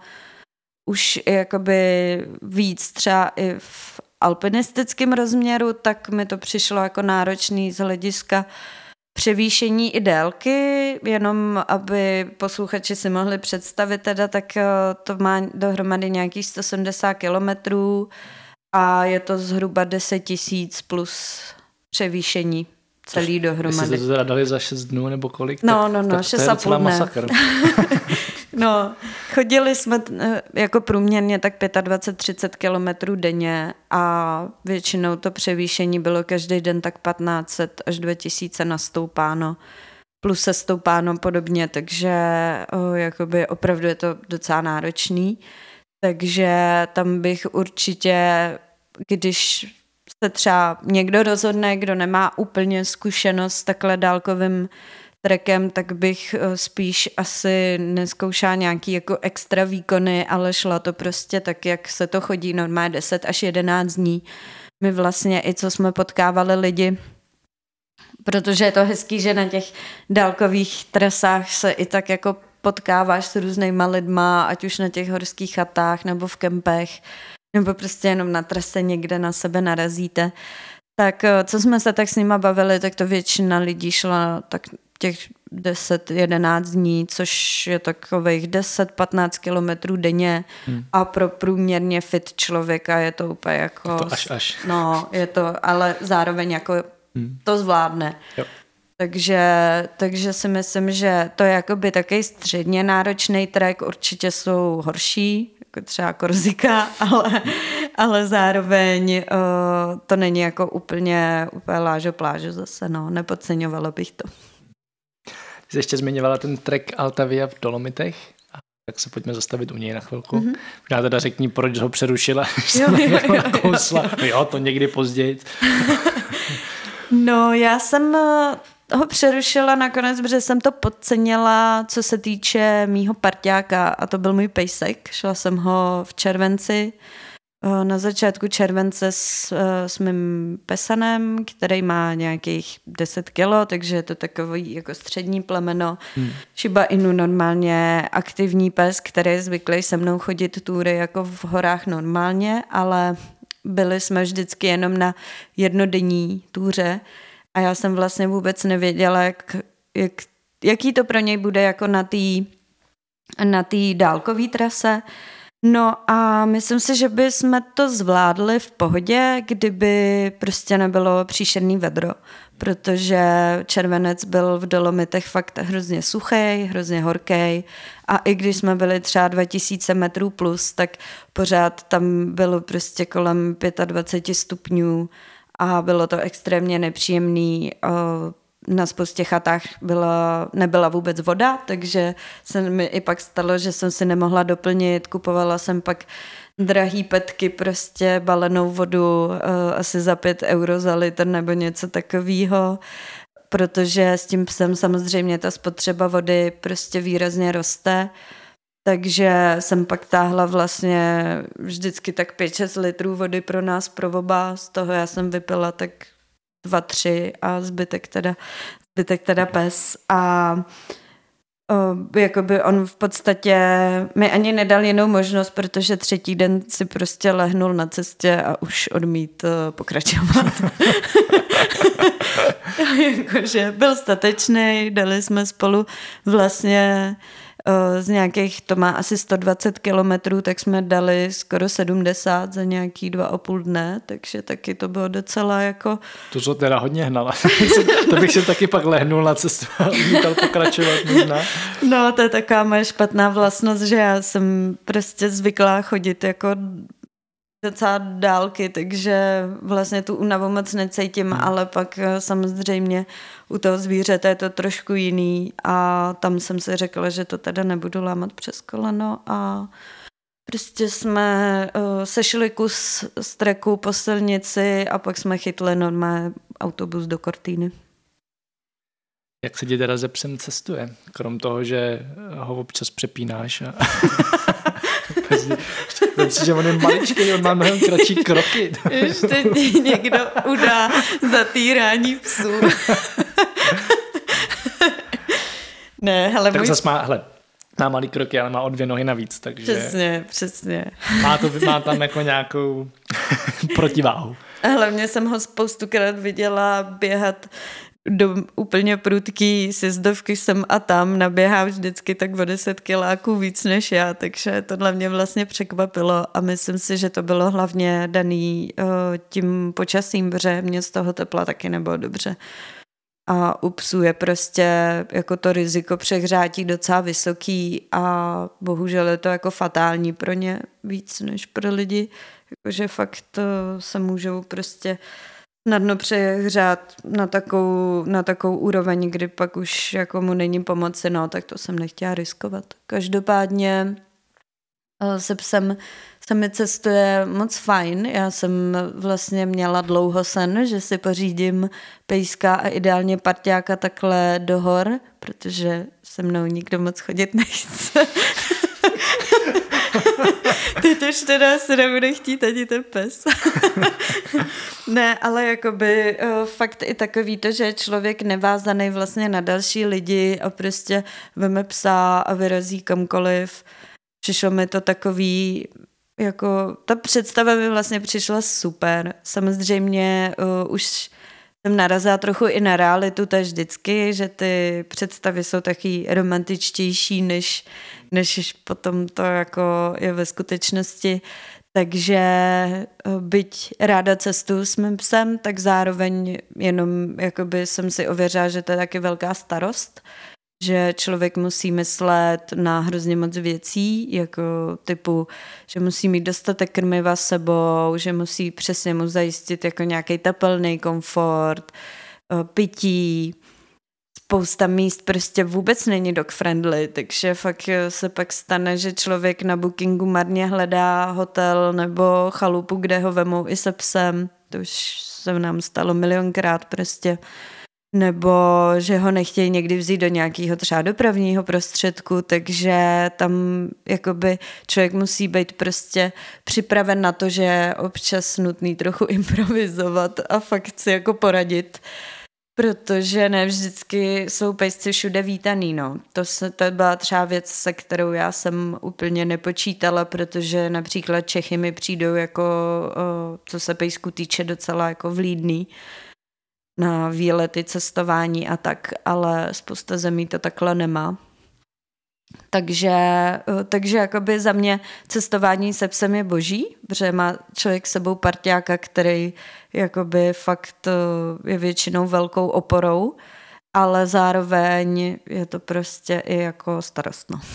už jakoby víc třeba i v alpinistickém rozměru, tak mi to přišlo jako náročný z hlediska převýšení i délky, jenom aby posluchači si mohli představit teda, tak to má dohromady nějakých sto sedmdesát kilometrů a je to zhruba deset tisíc plus převýšení celý dohromady. Jestli jste to teda dali za šest dnů nebo kolik? No, tak, no, no, tak šest a půl dne. No, chodili jsme jako průměrně tak dvacet pět třicet kilometrů denně a většinou to převýšení bylo každý den tak patnáct set až dva tisíce nastoupáno, plus se stoupáno podobně, takže o, jakoby opravdu je to docela náročný. Takže tam bych určitě, když se třeba někdo rozhodne, kdo nemá úplně zkušenost s takhle dálkovým trekem, tak bych spíš asi nezkoušela nějaký jako extra výkony, ale šla to prostě tak, jak se to chodí normálně deset až jedenáct dní. My vlastně i co jsme potkávali lidi, protože je to hezký, že na těch dálkových trasách se i tak jako potkáváš s různýma lidma, ať už na těch horských chatách nebo v kempech, nebo prostě jenom na trase někde na sebe narazíte. Tak co jsme se tak s nima bavili, tak to většina lidí šla tak těch deset jedenáct dní, což je takových deset patnáct kilometrů denně hmm. a pro průměrně fit člověka je to úplně jako... To až až. No, je to, ale zároveň jako hmm. to zvládne. Jo. Takže, takže si myslím, že to je jakoby takový středně náročný trek, určitě jsou horší, jako třeba Korsika, ale, ale zároveň uh, to není jako úplně, úplně lážo plážo zase, no, nepodceňovala bych to. Jsi ještě zmiňovala ten trek Altavia v Dolomitech, tak se pojďme zastavit u něj na chvilku. Mm-hmm. Já teda řekni, proč ho přerušila, jo, jo, jo, jo. jo, to někdy později. No, já jsem ho přerušila nakonec, protože jsem to podcenila, co se týče mýho parťáka, a to byl můj pejsek. Šla jsem ho v červenci, na začátku července s, s mým pesanem, který má nějakých deset kilo, takže je to takový jako střední plemeno. Hmm. Shiba Inu normálně aktivní pes, který je zvyklý se mnou chodit túry jako v horách normálně, ale byli jsme vždycky jenom na jednodenní túře a já jsem vlastně vůbec nevěděla, jak, jak, jaký to pro něj bude jako na té na té dálkové trase. No a myslím si, že by jsme to zvládli v pohodě, kdyby prostě nebylo příšerný vedro, protože červenec byl v Dolomitech fakt hrozně suchý, hrozně horký a i když jsme byli třeba dva tisíce metrů plus, tak pořád tam bylo prostě kolem dvacet pět stupňů a bylo to extrémně nepříjemný. Na spoustě chatách byla, nebyla vůbec voda, takže se mi i pak stalo, že jsem si nemohla doplnit. Kupovala jsem pak drahý petky, prostě balenou vodu uh, asi za pět euro za litr nebo něco takového, protože s tím psem samozřejmě ta spotřeba vody prostě výrazně roste. Takže jsem pak táhla vlastně vždycky tak pět šest litrů vody pro nás, pro oba. Z toho já jsem vypila tak dva, tři a zbytek teda, zbytek teda pes. A o, jakoby on v podstatě mi ani nedal jinou možnost, protože třetí den si prostě lehnul na cestě a už odmít uh, pokračovat. Jakože byl statečný, dali jsme spolu vlastně z nějakých, to má asi sto dvacet kilometrů, tak jsme dali skoro sedmdesát za nějaký dva a půl dne, takže taky to bylo docela jako... To to teda hodně hnala. To bych si taky pak lehnul na cestu a umítal pokračovat možná. No, to je taková moje špatná vlastnost, že já jsem prostě zvyklá chodit jako docela dálky, takže vlastně tu únavu moc necítím, hmm. ale pak samozřejmě u toho zvířete je to trošku jiný a tam jsem si řekla, že to teda nebudu lámat přes koleno a prostě jsme uh, sešli kus z treku po silnici a pak jsme chytli normálně autobus do Cortiny. Jak se ti teda ze psem cestuje? Krom toho, že ho občas přepínáš a... Myslím, že on je maličký, on má mnohem kratší kroky. Ještě ti někdo udá zatýrání psů. Ne, hele, tak můj... zas má, hele, má malý kroky, ale má o dvě nohy navíc, takže... Přesně, přesně. Má, to, má tam jako nějakou protiváhu. A hlavně jsem ho spoustukrát viděla běhat do úplně prudký sjezdovky sem a tam, naběhá vždycky tak o deset kiláků víc než já, takže tohle mě vlastně překvapilo a myslím si, že to bylo hlavně daný uh, tím počasím, protože mě z toho tepla taky nebylo dobře. A u psů je prostě jako to riziko přehřátí docela vysoký a bohužel je to jako fatální pro ně víc než pro lidi, jakože fakt uh, se můžou prostě snadno přehřát na takovou, na takovou úroveň, kdy pak už jako mu není pomoci, no, tak to jsem nechtěla riskovat. Každopádně se psem se mi cestuje moc fajn. Já jsem vlastně měla dlouho sen, že si pořídím pejska a ideálně parťáka takhle do hor, protože se mnou nikdo moc chodit nechce. Teď už teda se nebude chtít ani ten pes. Ne, ale jakoby uh, fakt i takový to, že je člověk nevázaný vlastně na další lidi a prostě veme psa a vyrazí kamkoliv. Přišlo mi to takový, jako ta představa mi vlastně přišla super. Samozřejmě uh, už jsem narazila trochu i na realitu, to je vždycky, že ty představy jsou taky romantičtější, než, než potom to jako je ve skutečnosti. Takže byť ráda cestuju s mým psem, tak zároveň jenom jakoby jsem si ověřila, že to je taky velká starost, že člověk musí myslet na hrozně moc věcí, jako typu, že musí mít dostatek krmiva s sebou, že musí přesně mu zajistit jako nějaký tepelný komfort, pití. Spousta míst prostě vůbec není dog friendly, takže fakt se pak stane, že člověk na Bookingu marně hledá hotel nebo chalupu, kde ho vemou i se psem. To už se nám stalo milionkrát prostě. Nebo že ho nechtějí někdy vzít do nějakého třeba dopravního prostředku, takže tam jakoby člověk musí být prostě připraven na to, že je občas nutný trochu improvizovat a fakt si jako poradit, protože ne vždycky jsou pejsci všude vítaný, no. To, se, to byla třeba věc, se kterou já jsem úplně nepočítala, protože například Čechy mi přijdou jako, o, co se pejsku týče, docela jako vlídný na výlety, cestování a tak, ale spousta zemí to takhle nemá. Takže, takže jakoby za mě cestování se psem je boží, protože má člověk s sebou parťáka, který jakoby fakt je většinou velkou oporou, ale zároveň je to prostě i jako starost. No.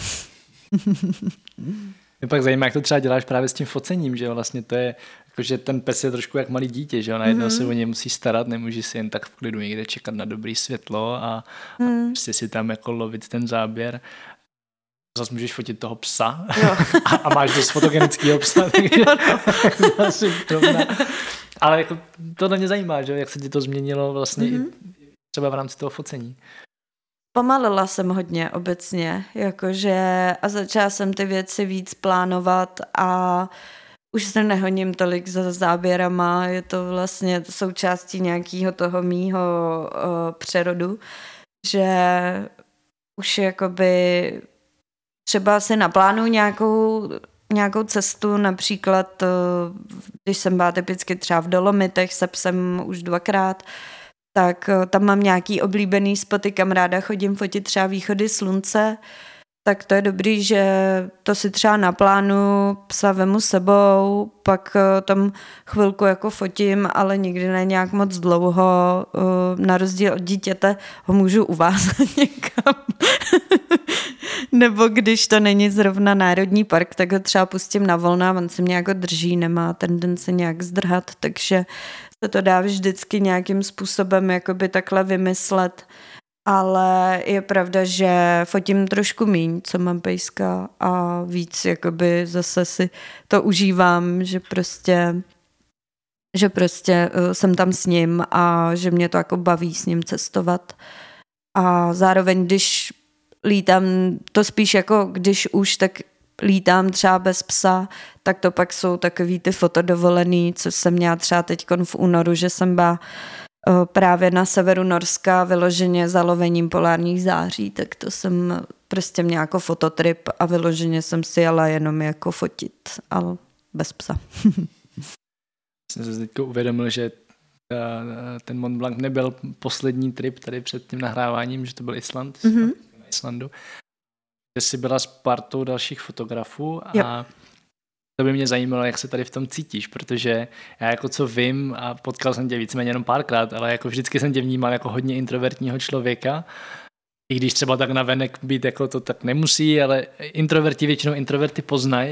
Mě pak zajímá, jak to třeba děláš právě s tím focením, že jo, vlastně to je, jakože ten pes je trošku jak malý dítě, že jo, najednou mm-hmm. se o něj musí starat, nemůže si jen tak v klidu někde čekat na dobrý světlo a, mm. a prostě si tam jako lovit ten záběr. Zase můžeš fotit toho psa a, a máš dost fotogenického psa, takže asi rovná. Ale jako to mě zajímá, že jo, jak se ti to změnilo vlastně mm-hmm. i třeba v rámci toho focení. Pomalila jsem hodně obecně, jakože a začala jsem ty věci víc plánovat a už se nehoním tolik za záběrama, je to vlastně součástí nějakého toho mýho uh, přerodu, že už jakoby třeba si naplánuju nějakou, nějakou cestu, například když jsem byla typicky třeba v Dolomitech se psem už dvakrát, tak tam mám nějaký oblíbený spoty, kam ráda chodím fotit třeba východy slunce, tak to je dobrý, že to si třeba naplánu, psa vemu sebou, pak tam chvilku jako fotím, ale nikdy ne nějak moc dlouho, na rozdíl od dítěte ho můžu uvázat někam. Nebo když to není zrovna národní park, tak ho třeba pustím na volno a on se mě jako drží, nemá tendenci nějak zdrhat, takže se to dá vždycky nějakým způsobem jakoby takhle vymyslet. Ale je pravda, že fotím trošku míň, co mám pejska a víc jakoby zase si to užívám, že prostě, že prostě jsem tam s ním a že mě to jako baví s ním cestovat. A zároveň, když lítám, to spíš jako když už, tak lítám třeba bez psa, tak to pak jsou takový ty fotodovolený, co jsem měla třeba teďkon v únoru, že jsem byla právě na severu Norska vyloženě za lovením polárních září, tak to jsem prostě měla jako fototrip a vyloženě jsem si jela jenom jako fotit, ale bez psa. Jsem se teďka uvědomil, že ten Mont Blanc nebyl poslední trip tady před tím nahráváním, že to byl Island, mm-hmm. na Islandu. Že jsi byla s partou dalších fotografů a jo. To by mě zajímalo, jak se tady v tom cítíš, protože já jako co vím a potkal jsem tě víceméně jenom párkrát, ale jako vždycky jsem tě vnímal jako hodně introvertního člověka, i když třeba tak navenek být jako to tak nemusí, ale introverti většinou introverty poznají.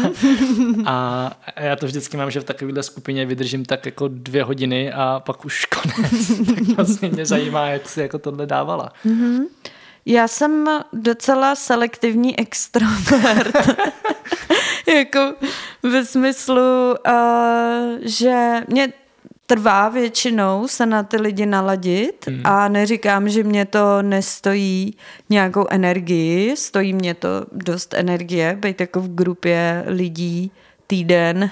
A já to vždycky mám, že v takovéhle skupině vydržím tak jako dvě hodiny a pak už konec. Tak vlastně mě zajímá, jak jsi jako tohle dávala. Mm-hmm. Já jsem docela selektivní extrovert. Jako ve smyslu, uh, že mě trvá většinou se na ty lidi naladit hmm. a neříkám, že mě to nestojí nějakou energii, stojí mě to dost energie, být jako v grupě lidí týden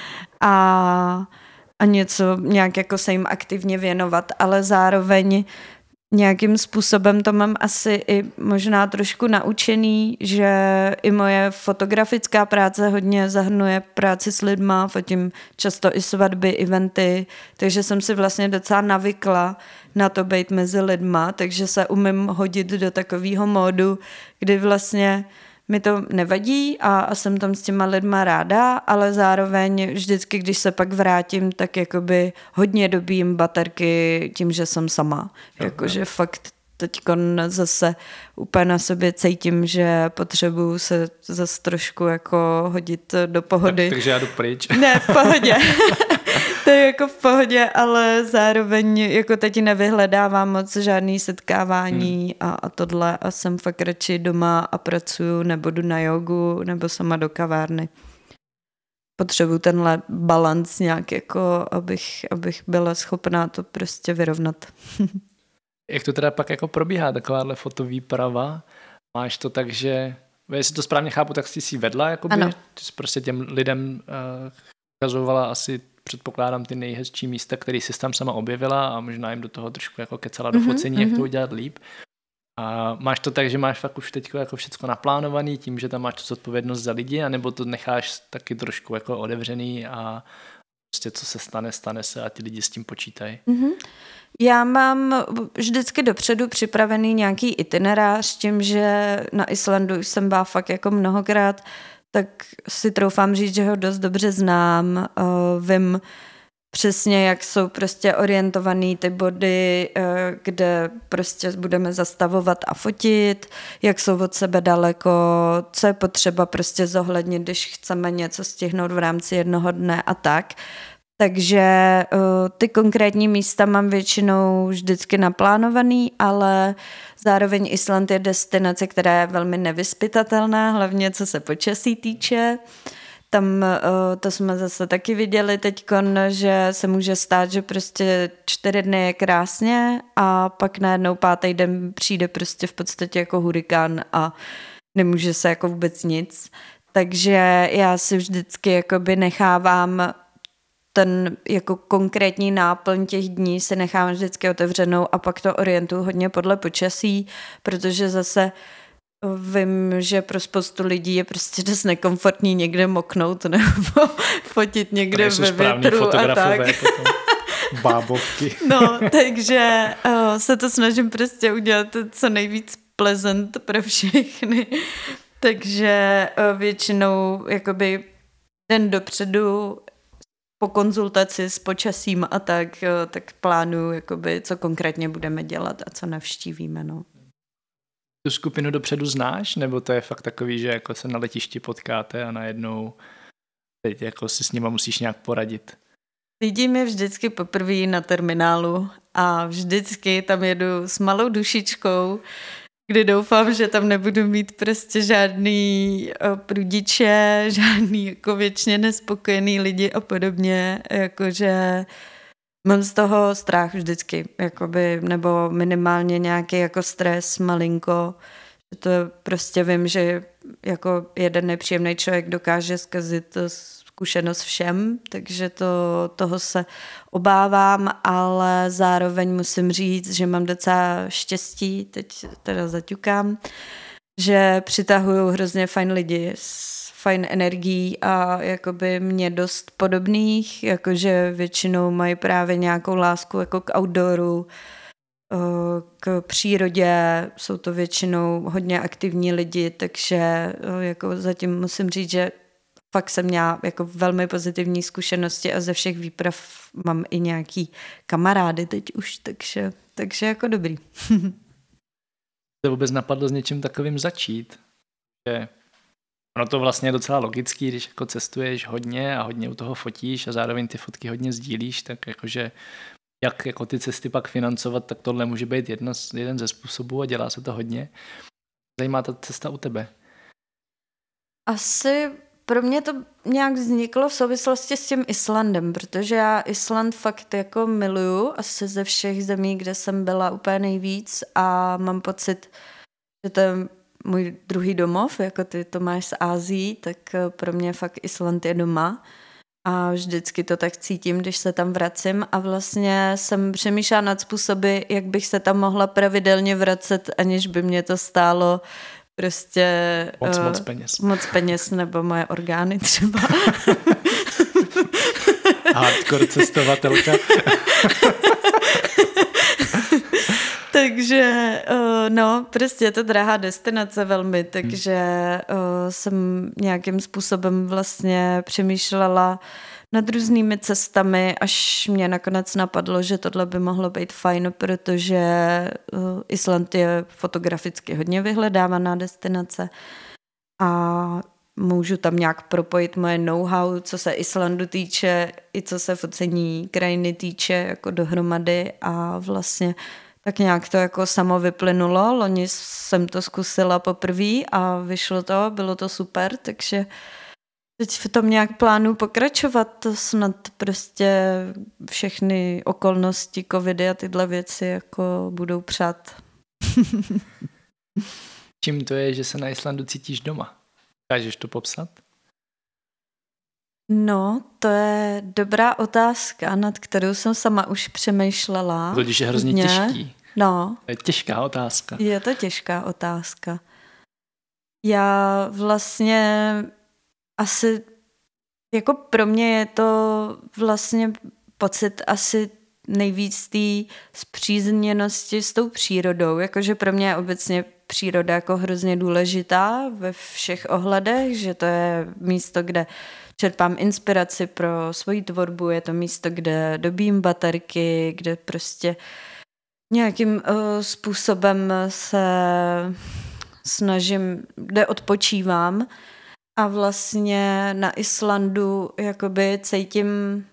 a, a něco nějak jako se jim aktivně věnovat, ale zároveň nějakým způsobem to mám asi i možná trošku naučený, že i moje fotografická práce hodně zahrnuje práci s lidma, fotím často i svatby, eventy, takže jsem si vlastně docela navykla na to být mezi lidma, takže se umím hodit do takového módu, kdy vlastně mi to nevadí a, a jsem tam s těma lidma ráda, ale zároveň vždycky, když se pak vrátím, tak jakoby hodně dobím baterky tím, že jsem sama. Jakože fakt teďko zase úplně na sobě cítím, že potřebuju se zase trošku jako hodit do pohody. Tak, takže já jdu pryč. Ne, v pohodě. To je jako v pohodě, ale zároveň jako teď nevyhledávám moc žádný setkávání hmm. a, a tohle a jsem fakt radši doma a pracuju nebo jdu na jogu nebo sama do kavárny. Potřebuju tenhle balans nějak jako, abych, abych byla schopná to prostě vyrovnat. Jak to teda pak jako probíhá takováhle fotovýprava? Máš to tak, že jestli to správně chápu, tak jsi si vedla, jakoby? Ano. Ty jsi prostě těm lidem uh, ukazovala asi předpokládám ty nejhezčí místa, které jsi tam sama objevila a možná jim do toho trošku jako kecala do focení, mm-hmm. jak to udělat líp. A máš to tak, že máš fakt už teď jako všecko naplánovaný tím, že tam máš tu zodpovědnost za lidi, anebo to necháš taky trošku jako otevřený a prostě co se stane, stane se a ty lidi s tím počítají. Mm-hmm. Já mám vždycky dopředu připravený nějaký itinerář, tím, že na Islandu už jsem byla fakt jako mnohokrát, tak si troufám říct, že ho dost dobře znám. Uh, vím přesně, jak jsou prostě orientovaný ty body, uh, kde prostě budeme zastavovat a fotit, jak jsou od sebe daleko, co je potřeba prostě zohlednit, když chceme něco stihnout v rámci jednoho dne a tak. Takže uh, ty konkrétní místa mám většinou vždycky naplánovaný, ale zároveň Island je destinace, která je velmi nevyzpytatelná, hlavně co se počasí týče. Tam uh, to jsme zase taky viděli teďkon, že se může stát, že prostě čtyři dny je krásně a pak najednou pátý den přijde prostě v podstatě jako hurikán a nemůže se jako vůbec nic. Takže já si vždycky jakoby nechávám ten jako konkrétní náplň těch dní si nechám vždycky otevřenou a pak to orientuju hodně podle počasí, protože zase vím, že pro spoustu lidí je prostě dost nekomfortní někde moknout nebo fotit někde ve větru a tak. Jako bábovky. No, takže uh, se to snažím prostě udělat co nejvíc pleasant pro všechny. Takže uh, většinou jakoby den dopředu po konzultaci s počasím a tak, tak plánuju, jakoby, co konkrétně budeme dělat a co navštívíme. No. Tu skupinu dopředu znáš? Nebo to je fakt takový, že jako se na letišti potkáte a najednou teď jako si s nima musíš nějak poradit? Vidím je vždycky poprvé na terminálu a vždycky tam jedu s malou dušičkou, kdy doufám, že tam nebudu mít prostě žádný prudiče, žádný jako věčně nespokojený lidi a podobně, jakože mám z toho strach vždycky, jakoby, nebo minimálně nějaký jako stres malinko, že to prostě vím, že jako jeden nepříjemný člověk dokáže zkazit zkušenost všem, takže to, toho se obávám, ale zároveň musím říct, že mám docela štěstí, teď teda zaťukám, že přitahuju hrozně fajn lidi s fajn energií a jakoby mě dost podobných, jakože většinou mají právě nějakou lásku jako k outdooru, k přírodě, jsou to většinou hodně aktivní lidi, takže jako zatím musím říct, že fakt jsem měla jako velmi pozitivní zkušenosti a ze všech výprav mám i nějaký kamarády teď už, takže, takže jako dobrý. To vůbec napadlo s něčím takovým začít? Že ono to vlastně je docela logický, když jako cestuješ hodně a hodně u toho fotíš a zároveň ty fotky hodně sdílíš, tak jakože jak jako ty cesty pak financovat, tak tohle může být jedna z, jeden ze způsobů a dělá se to hodně. Zajímá ta cesta u tebe? Asi pro mě to nějak vzniklo v souvislosti s tím Islandem, protože já Island fakt jako miluju, asi ze všech zemí, kde jsem byla úplně nejvíc a mám pocit, že to je můj druhý domov, jako ty to máš z Ázií, tak pro mě fakt Island je doma a vždycky to tak cítím, když se tam vracím a vlastně jsem přemýšlela nad způsoby, jak bych se tam mohla pravidelně vracet, aniž by mě to stálo prostě moc, uh, moc peněz. Moc peněz nebo moje orgány třeba. Hardcore cestovatelka. Takže uh, no, prostě je to drahá destinace velmi, takže uh, jsem nějakým způsobem vlastně přemýšlela nad různými cestami, až mě nakonec napadlo, že tohle by mohlo být fajn, protože uh, Island je fotograficky hodně vyhledávaná destinace a můžu tam nějak propojit moje know-how, co se Islandu týče, i co se focení krajiny týče, jako dohromady a vlastně tak nějak to jako samo vyplynulo. Loni jsem to zkusila poprvé a vyšlo to, bylo to super, takže teď v tom nějak plánu pokračovat, to snad prostě všechny okolnosti, covidy a tyhle věci jako budou přát. Čím to je, že se na Islandu cítíš doma? Můžeš to popsat? No, to je dobrá otázka, nad kterou jsem sama už přemýšlela. Totiž je hrozně Hodně. těžký. No. To je těžká otázka. Je to těžká otázka. Já vlastně asi jako pro mě je to vlastně pocit asi nejvíc té spřízněnosti s tou přírodou. Jakože pro mě je obecně příroda jako hrozně důležitá ve všech ohledech, že to je místo, kde čerpám inspiraci pro svoji tvorbu, je to místo, kde dobím baterky, kde prostě nějakým uh, způsobem se snažím, kde odpočívám a vlastně na Islandu jakoby cítím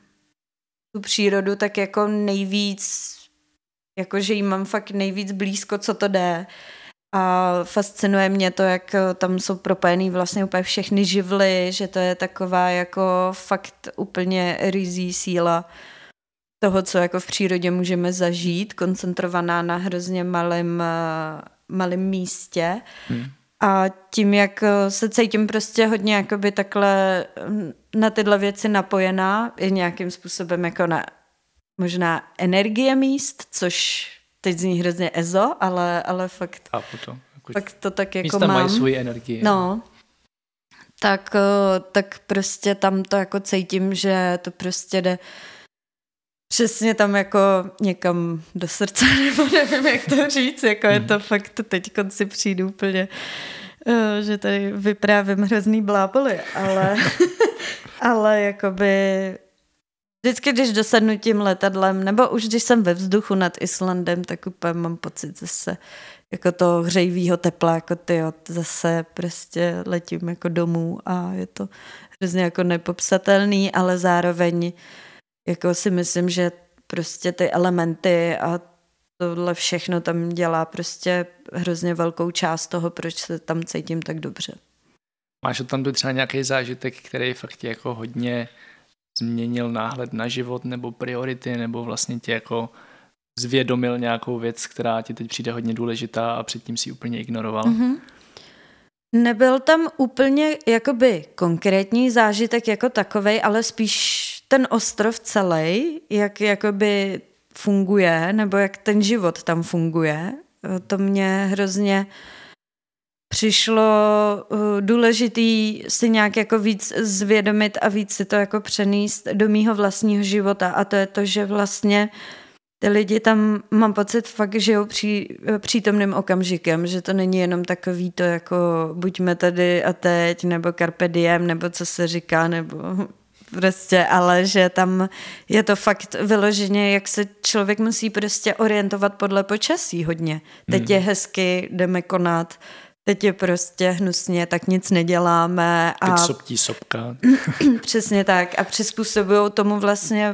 tu přírodu tak jako nejvíc, jakože jí mám fakt nejvíc blízko, co to jde. A fascinuje mě to, jak tam jsou propojený vlastně úplně všechny živly, že to je taková jako fakt úplně rizí síla toho, co jako v přírodě můžeme zažít, koncentrovaná na hrozně malém, malém místě. Hmm. A tím, jak se cítím prostě hodně jakoby takhle na tyhle věci napojená, i nějakým způsobem jako na možná energie míst, což teď zní hrozně ezo, ale, ale fakt, Chápu to. Jako, fakt to tak jako místa mám. mají svoji energii. No, tak, tak prostě tam to jako cítím, že to prostě jde přesně tam jako někam do srdce, nebo nevím, jak to říct, jako hmm. je to fakt, teď si přijdu úplně, že tady vyprávím hrozný bláboli, ale, ale jakoby vždycky, když dosednu tím letadlem, nebo už když jsem ve vzduchu nad Islandem, tak úplně mám pocit zase jako toho hřejivýho tepla, jako tyjo, zase prostě letím jako domů a je to hrozně jako nepopsatelný, ale zároveň jako si myslím, že prostě ty elementy a tohle všechno tam dělá prostě hrozně velkou část toho, proč se tam cítím tak dobře. Máš tam tu třeba nějaký zážitek, který fakt jako hodně změnil náhled na život nebo priority, nebo vlastně tě jako zvědomil nějakou věc, která ti teď přijde hodně důležitá a předtím si úplně ignoroval? Mm-hmm. Nebyl tam úplně jakoby konkrétní zážitek jako takovej, ale spíš ten ostrov celý, jak jakoby funguje, nebo jak ten život tam funguje. To mě hrozně přišlo důležitý si nějak jako víc zvědomit a víc si to jako přenést do mýho vlastního života. A to je to, že vlastně ty lidi tam, mám pocit, fakt žijou pří, přítomným okamžikem, že to není jenom takový to jako buďme tady a teď, nebo carpe diem, nebo co se říká, nebo prostě, ale že tam je to fakt vyloženě, jak se člověk musí prostě orientovat podle počasí hodně. Teď hmm. je hezky, jdeme konat, teď je prostě hnusně, tak nic neděláme. Teď a soptí sopka. Přesně tak a přizpůsobují tomu vlastně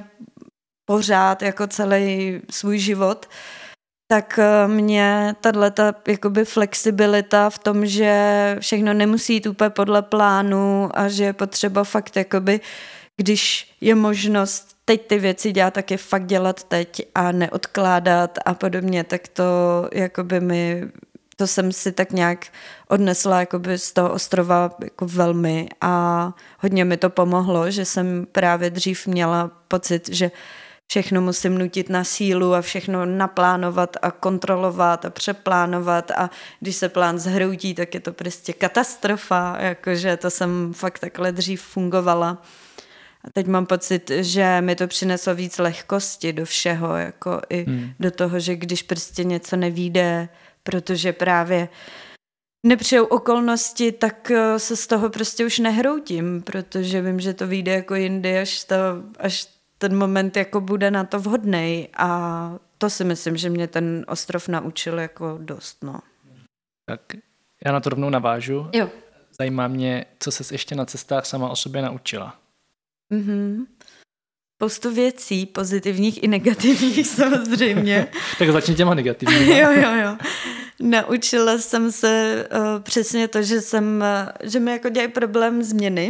pořád jako celý svůj život, tak mě tato jakoby flexibilita v tom, že všechno nemusí jít úplně podle plánu a že je potřeba fakt jakoby, když je možnost teď ty věci dělat, tak je fakt dělat teď a neodkládat a podobně, tak to jakoby mi, to jsem si tak nějak odnesla jakoby z toho ostrova jako velmi a hodně mi to pomohlo, že jsem právě dřív měla pocit, že všechno musím nutit na sílu a všechno naplánovat a kontrolovat a přeplánovat a když se plán zhroutí, tak je to prostě katastrofa, jakože to jsem fakt takhle dřív fungovala. A teď mám pocit, že mi to přineslo víc lehkosti do všeho, jako i hmm. do toho, že když prostě něco nevyjde, protože právě nepřijou okolnosti, tak se z toho prostě už nehroutím, protože vím, že to vyjde jako jindy, až to, až ten moment jako bude na to vhodnej a to si myslím, že mě ten ostrov naučil jako dost, no. Tak já na to rovnou navážu. Jo. Zajímá mě, co ses ještě na cestách sama o sobě naučila. Mhm. Spoustu věcí, pozitivních i negativních samozřejmě. Tak začni těma negativníma. jo, jo, jo. Naučila jsem se uh, přesně to, že jsem, uh, že mi jako dělají problém změny,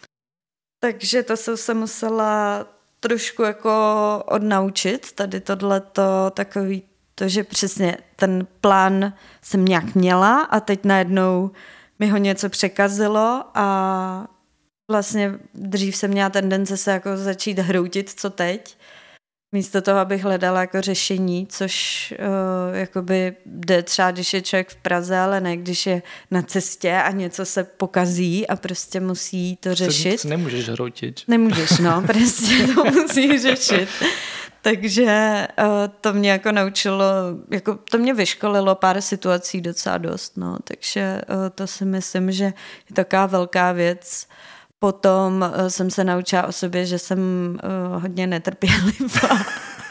takže to jsem se musela trošku jako odnaučit, tady tohleto takový to, že přesně ten plán jsem nějak měla a teď najednou mi ho něco překazilo a vlastně dřív jsem měla tendence se jako začít hroutit, co teď. místo toho, abych hledala jako řešení, což uh, jakoby jde třeba, když je člověk v Praze, ale ne, když je na cestě a něco se pokazí a prostě musí to řešit. To nemůžeš hroutit. Nemůžeš, no, prostě to musí řešit. Takže uh, to mě jako naučilo, jako to mě vyškolilo pár situací docela dost, no, takže uh, to si myslím, že je taková velká věc. Potom uh, jsem se naučila o sobě, že jsem uh, hodně netrpělivá.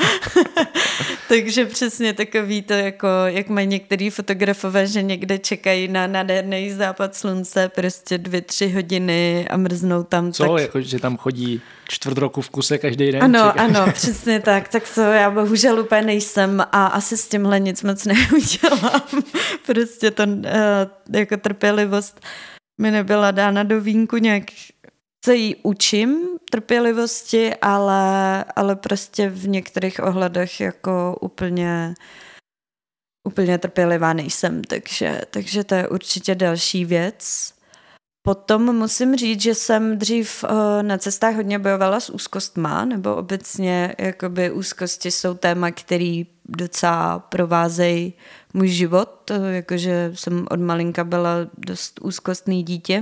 Takže přesně takový to, jako, jak mají některý fotografové, že někde čekají na nádherný západ slunce prostě dvě, tři hodiny a mrznou tam. Co? Tak... Jako, že tam chodí čtvrt roku v kuse každý den? Ano, čekáš? ano, přesně tak. Tak to já bohužel úplně nejsem a asi s tímhle nic moc neudělám. Prostě to uh, jako trpělivost mi nebyla dána do vínku nějak. Se jí učím trpělivosti, ale, ale prostě v některých ohledech jako úplně, úplně trpělivá nejsem, takže, takže to je určitě další věc. Potom musím říct, že jsem dřív na cestách hodně bojovala s úzkostma, nebo obecně jakoby úzkosti jsou téma, který docela provázejí můj život, jakože jsem od malinka byla dost úzkostný dítě.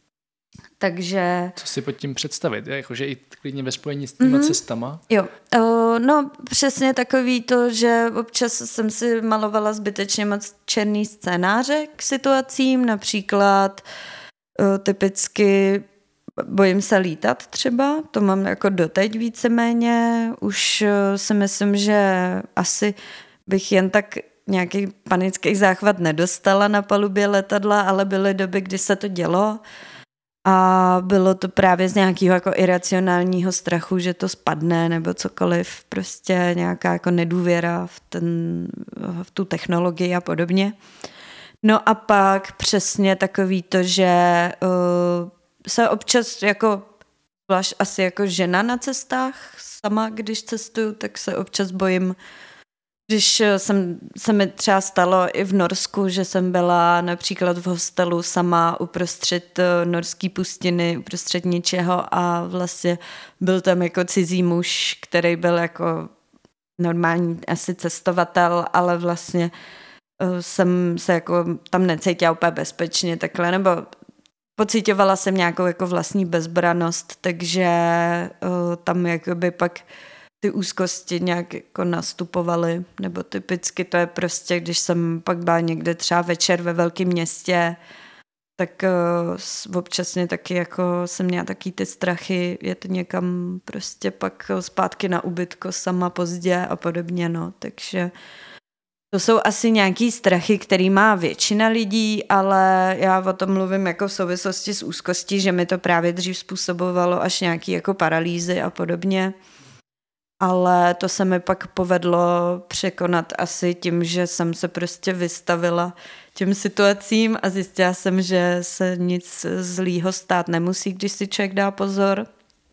Takže... Co si pod tím představit? Jakože i klidně ve spojení s těma mm-hmm. cestama? Jo, uh, no přesně takový to, že občas jsem si malovala zbytečně moc černý scénáře k situacím, například uh, typicky bojím se lítat třeba, to mám jako doteď víceméně, už uh, si myslím, že asi bych jen tak nějaký panický záchvat nedostala na palubě letadla, ale byly doby, kdy se to dělo. A bylo to právě z nějakého jako iracionálního strachu, že to spadne nebo cokoliv, prostě nějaká jako nedůvěra v, ten, v tu technologii a podobně. No a pak přesně takový to, že uh, se občas jako, zvlášť asi jako žena na cestách, sama když cestuju, tak se občas bojím. Když jsem, se mi třeba stalo i v Norsku, že jsem byla například v hostelu sama uprostřed norský pustiny, uprostřed ničeho a vlastně byl tam jako cizí muž, který byl jako normální asi cestovatel, ale vlastně jsem se jako tam necítila úplně bezpečně takhle, nebo pocítovala jsem nějakou jako vlastní bezbranost, takže tam jakoby pak ty úzkosti nějak jako nastupovaly, nebo typicky to je prostě, když jsem pak byla někde třeba večer ve velkém městě, tak uh, občasně taky jako jsem měla taky ty strachy, jet někam prostě pak zpátky na ubytko sama pozdě a podobně, no, takže to jsou asi nějaký strachy, který má většina lidí, ale já o tom mluvím jako v souvislosti s úzkostí, že mi to právě dřív způsobovalo až nějaký jako paralýzy a podobně. Ale to se mi pak povedlo překonat asi tím, že jsem se prostě vystavila těm situacím a zjistila jsem, že se nic zlýho stát nemusí, když si člověk dá pozor.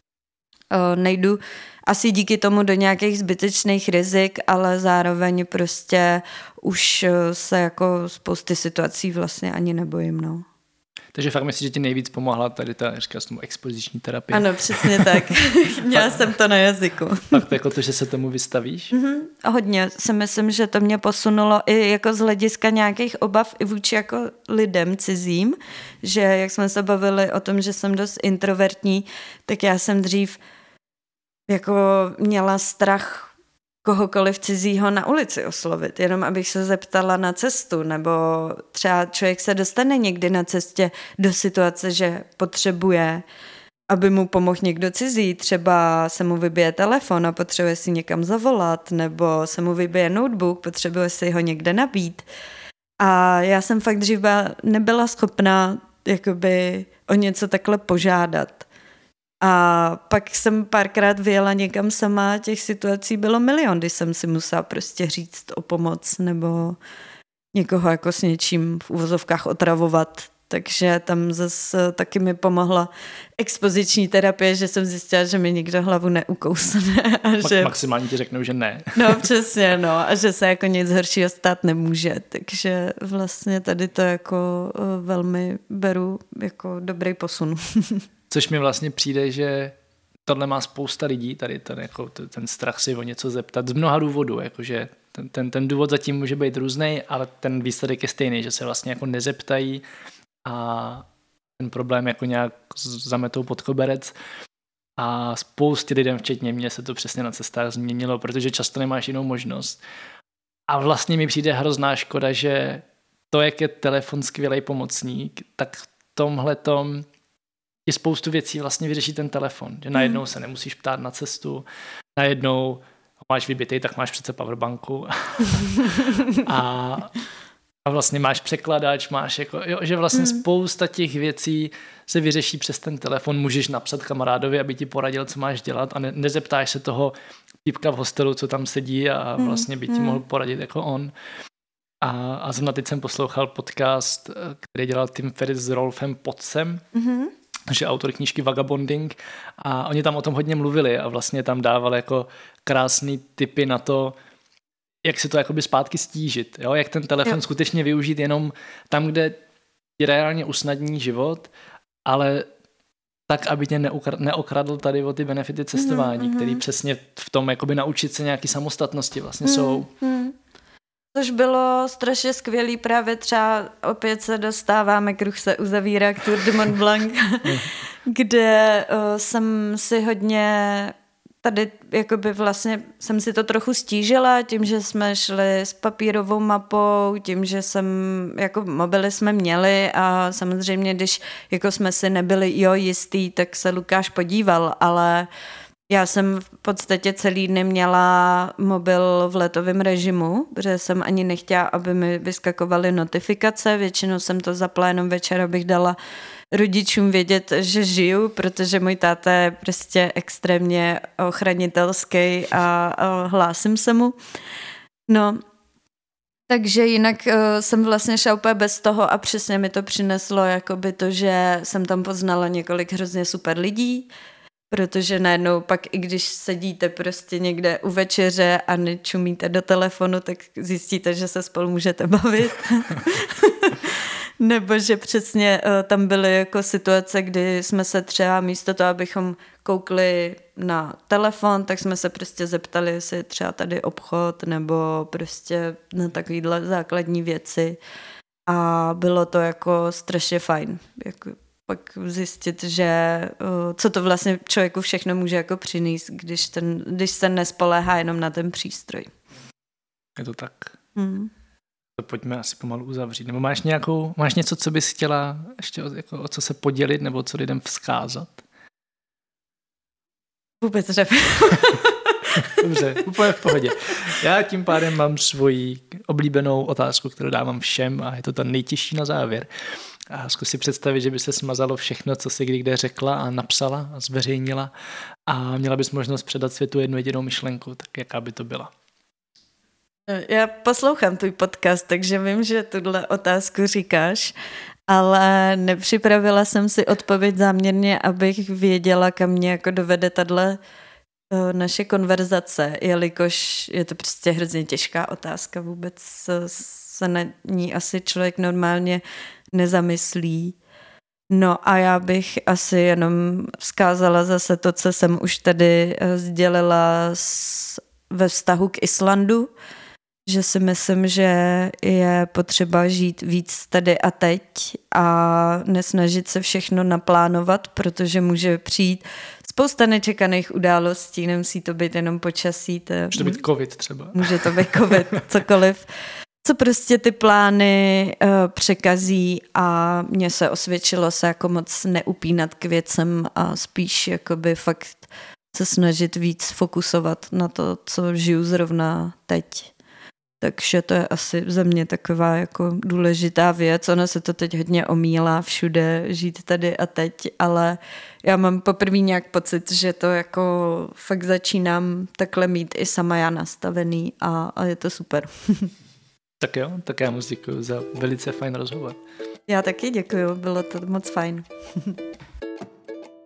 Nejdu asi díky tomu do nějakých zbytečných rizik, ale zároveň prostě už se jako spousty situací vlastně ani nebojím, no. Takže fakt myslím, že ti nejvíc pomohla tady ta, říkáš tomu, expoziční terapie. Ano, přesně tak. Měla jsem to na jazyku. Fakt jako to, že se tomu vystavíš? Mm-hmm. Hodně si myslím, že to mě posunulo i jako z hlediska nějakých obav i vůči jako lidem cizím, že jak jsme se bavili o tom, že jsem dost introvertní, tak já jsem dřív jako měla strach kohokoliv cizího na ulici oslovit, jenom abych se zeptala na cestu, nebo třeba člověk se dostane někdy na cestě do situace, že potřebuje, aby mu pomohl někdo cizí, třeba se mu vybije telefon a potřebuje si někam zavolat, nebo se mu vybije notebook, potřebuje si ho někde nabít. A já jsem fakt dřív nebyla schopná jakoby o něco takhle požádat. A pak jsem párkrát vyjela někam sama, těch situací bylo milion, kdy jsem si musela prostě říct o pomoc nebo někoho jako s něčím v uvozovkách otravovat. Takže tam zase taky mi pomohla expoziční terapie, že jsem zjistila, že mi nikdo hlavu neukousne. A že... Maximálně ti řeknou, že ne. No přesně, no. A že se jako nic horšího stát nemůže. Takže vlastně tady to jako velmi beru jako dobrý posun. Což mi vlastně přijde, že tohle má spousta lidí, tady ten, jako, ten strach si o něco zeptat z mnoha důvodů, jakože ten, ten, ten důvod zatím může být různej, ale ten výsledek je stejný, že se vlastně jako nezeptají a ten problém jako nějak zametou pod koberec. A spoustě lidem, včetně mě, se to přesně na cestách změnilo, protože často nemáš jinou možnost. A vlastně mi přijde hrozná škoda, že to, jak je telefon skvělej pomocník, tak v tomhletom je spoustu věcí vlastně vyřeší ten telefon. Že najednou se nemusíš ptát na cestu, najednou máš vybitej, tak máš přece powerbanku. a, a vlastně máš překladač, máš jako, jo, že vlastně mm. spousta těch věcí se vyřeší přes ten telefon. Můžeš napsat kamarádovi, aby ti poradil, co máš dělat a ne, nezeptáš se toho týpka v hostelu, co tam sedí a vlastně by ti mm. mohl poradit jako on. A, a zrovna teď jsem poslouchal podcast, který dělal Tim Ferriss s Rolfem Pottsem, mm-hmm. že autor knížky Vagabonding, a oni tam o tom hodně mluvili a vlastně tam dávali jako krásný tipy na to, jak si to jakoby zpátky stížit, jo? Jak ten telefon jo. skutečně využít jenom tam, kde ti reálně usnadní život, ale tak, aby tě neokradl tady o ty benefity cestování, mm-hmm. který přesně v tom jakoby naučit se nějaký samostatnosti vlastně mm-hmm. jsou. Což bylo strašně skvělý, právě třeba opět se dostáváme, kruh se uzavírá k Tour de Mont Blanc, kde uh, jsem si hodně, tady jakoby vlastně jsem si to trochu stížila tím, že jsme šli s papírovou mapou, tím, že jsem, jako mobily jsme měli a samozřejmě, když jako jsme si nebyli jo jistý, tak se Lukáš podíval, ale já jsem v podstatě celý dny měla mobil v letovém režimu, protože jsem ani nechtěla, aby mi vyskakovaly notifikace. Většinou jsem to zapla jenom večer, abych dala rodičům vědět, že žiju, protože můj táta je prostě extrémně ochranitelský a, a hlásím se mu. No, takže jinak uh, jsem vlastně šla úplně bez toho a přesně mi to přineslo jakoby to, že jsem tam poznala několik hrozně super lidí, protože najednou pak, i když sedíte prostě někde u večeře a nečumíte do telefonu, tak zjistíte, že se spolu můžete bavit. Nebo že přesně uh, tam byly jako situace, kdy jsme se třeba místo toho, abychom koukli na telefon, tak jsme se prostě zeptali, jestli je třeba tady obchod nebo prostě na takovýhle základní věci. A bylo to jako strašně fajn. Jako pak zjistit, že uh, co to vlastně člověku všechno může jako přinést, když, ten, když se nespoléhá jenom na ten přístroj. Je to tak. Hmm. To pojďme asi pomalu uzavřít. Nebo máš nějakou, máš něco, co bys chtěla ještě o, jako, o co se podělit nebo co lidem vzkázat? Vůbec nevím. Dobře, úplně v pohodě. Já tím pádem mám svoji oblíbenou otázku, kterou dávám všem a je to ta nejtěžší na závěr. A zkus si představit, že by se smazalo všechno, co jsi kdy kde řekla a napsala a zveřejnila a měla bys možnost předat světu jednu jedinou myšlenku, tak jaká by to byla? Já poslouchám tvůj podcast, takže vím, že tuhle otázku říkáš, ale nepřipravila jsem si odpověď záměrně, abych věděla, kam mě jako dovede tahle naše konverzace, jelikož je to prostě hrozně těžká otázka, vůbec se na ní asi člověk normálně nezamyslí. No a já bych asi jenom vzkázala zase to, co jsem už tady sdělila s, ve vztahu k Islandu, že si myslím, že je potřeba žít víc tady a teď a nesnažit se všechno naplánovat, protože může přijít spousta nečekaných událostí, nemusí to být jenom počasí. To může to být covid třeba. Může to být covid, cokoliv. Co prostě ty plány uh, překazí a mně se osvědčilo se jako moc neupínat k věcem a spíš jakoby fakt se snažit víc fokusovat na to, co žiju zrovna teď. Takže to je asi za mě taková jako důležitá věc. Ono se to teď hodně omílá všude, žít tady a teď, ale já mám poprvé nějak pocit, že to jako fakt začínám takhle mít i sama já nastavený a, a je to super. Tak jo, tak já moc děkuju za velice fajn rozhovor. Já taky děkuju, bylo to moc fajn.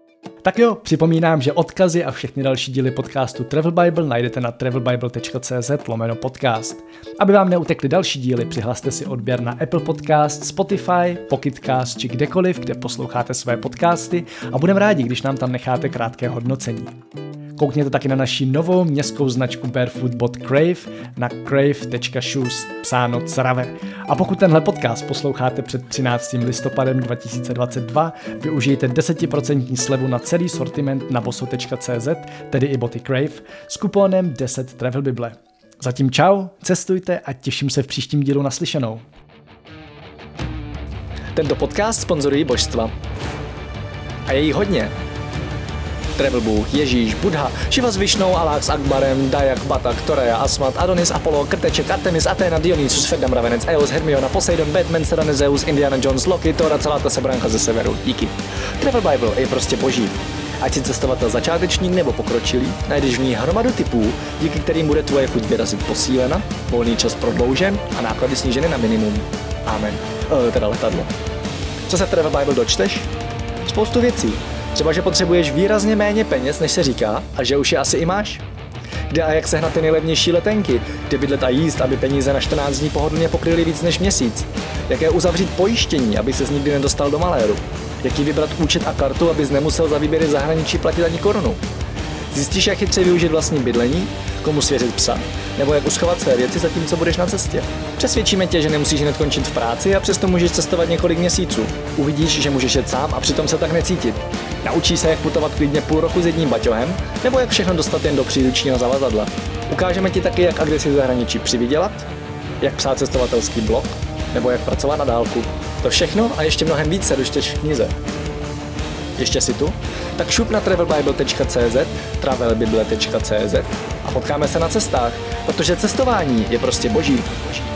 Tak jo, připomínám, že odkazy a všechny další díly podcastu Travel Bible najdete na travelbible tečka cz lomeno podcast. Aby vám neutekly další díly, přihlaste si odběr na Apple Podcast, Spotify, Pocket Cast či kdekoliv, kde posloucháte své podcasty a budeme rádi, když nám tam necháte krátké hodnocení. Koukněte taky na naši novou městskou značku Barefoot Bot Crave na crave tečka shoes, psáno crave. A pokud tenhle podcast posloucháte před třináctým listopadem dva tisíce dvacet dva, využijte deset procent slevu na celý sortiment na boso tečka cz, tedy i boty Crave, s kupónem deset Travel Bible. Zatím čau, cestujte a těším se v příštím dílu naslyšenou. Tento podcast sponzorují božstva. A je jí hodně. Travel Bůh, Ježíš, Buddha, Šiva s Višnou, Alák s Akbarem, Dajak, Batak, Toreja, Asmat, Adonis, Apollo, Krteček, Artemis, Athena, Dionysus, Ferdam, Ravenec, Eos, Hermiona, Poseidon, Batman, Serena, Zeus, Indiana Jones, Loki, Thor a celá ta sebranka ze severu. Díky. Travel Bible je prostě boží. Ať si cestovatel začátečník nebo pokročilý, najdeš v ní hromadu typů, díky kterým bude tvoje chuť vyrazit posílena, volný čas prodloužen a náklady sníženy na minimum. Amen. E, teda letadlo. Co se v Travel Bible dočteš? Spoustu věcí. Třeba, že potřebuješ výrazně méně peněz, než se říká, a že už je asi i máš. Kde a jak sehnat ty nejlevnější letenky, kde bydlet a jíst, aby peníze na čtrnáct dní pohodlně pokryly víc než měsíc. Jaké uzavřít pojištění, aby ses nikdy nedostal do maléru. Jaký vybrat účet a kartu, abys nemusel za výběry v zahraničí platit ani korunu. Zjistíš, jak chytře využít vlastní bydlení, komu svěřit psa, nebo jak uschovat své věci zatímco budeš na cestě. Přesvědčíme tě, že nemusíš hned končit v práci a přesto můžeš cestovat několik měsíců. Uvidíš, že můžeš jet sám a přitom se tak necítit. Naučíš se, jak putovat klidně půl roku s jedním baťohem, nebo jak všechno dostat jen do příručního zavazadla. Ukážeme ti taky, jak a kde si v zahraničí přivydělat, jak psát cestovatelský blog, nebo jak pracovat na dálku. To všechno a ještě mnohem víc se dočteš v knize. Ještě si tu? Tak šup na travelbible tečka cz, travelbible tečka cz a potkáme se na cestách, protože cestování je prostě boží.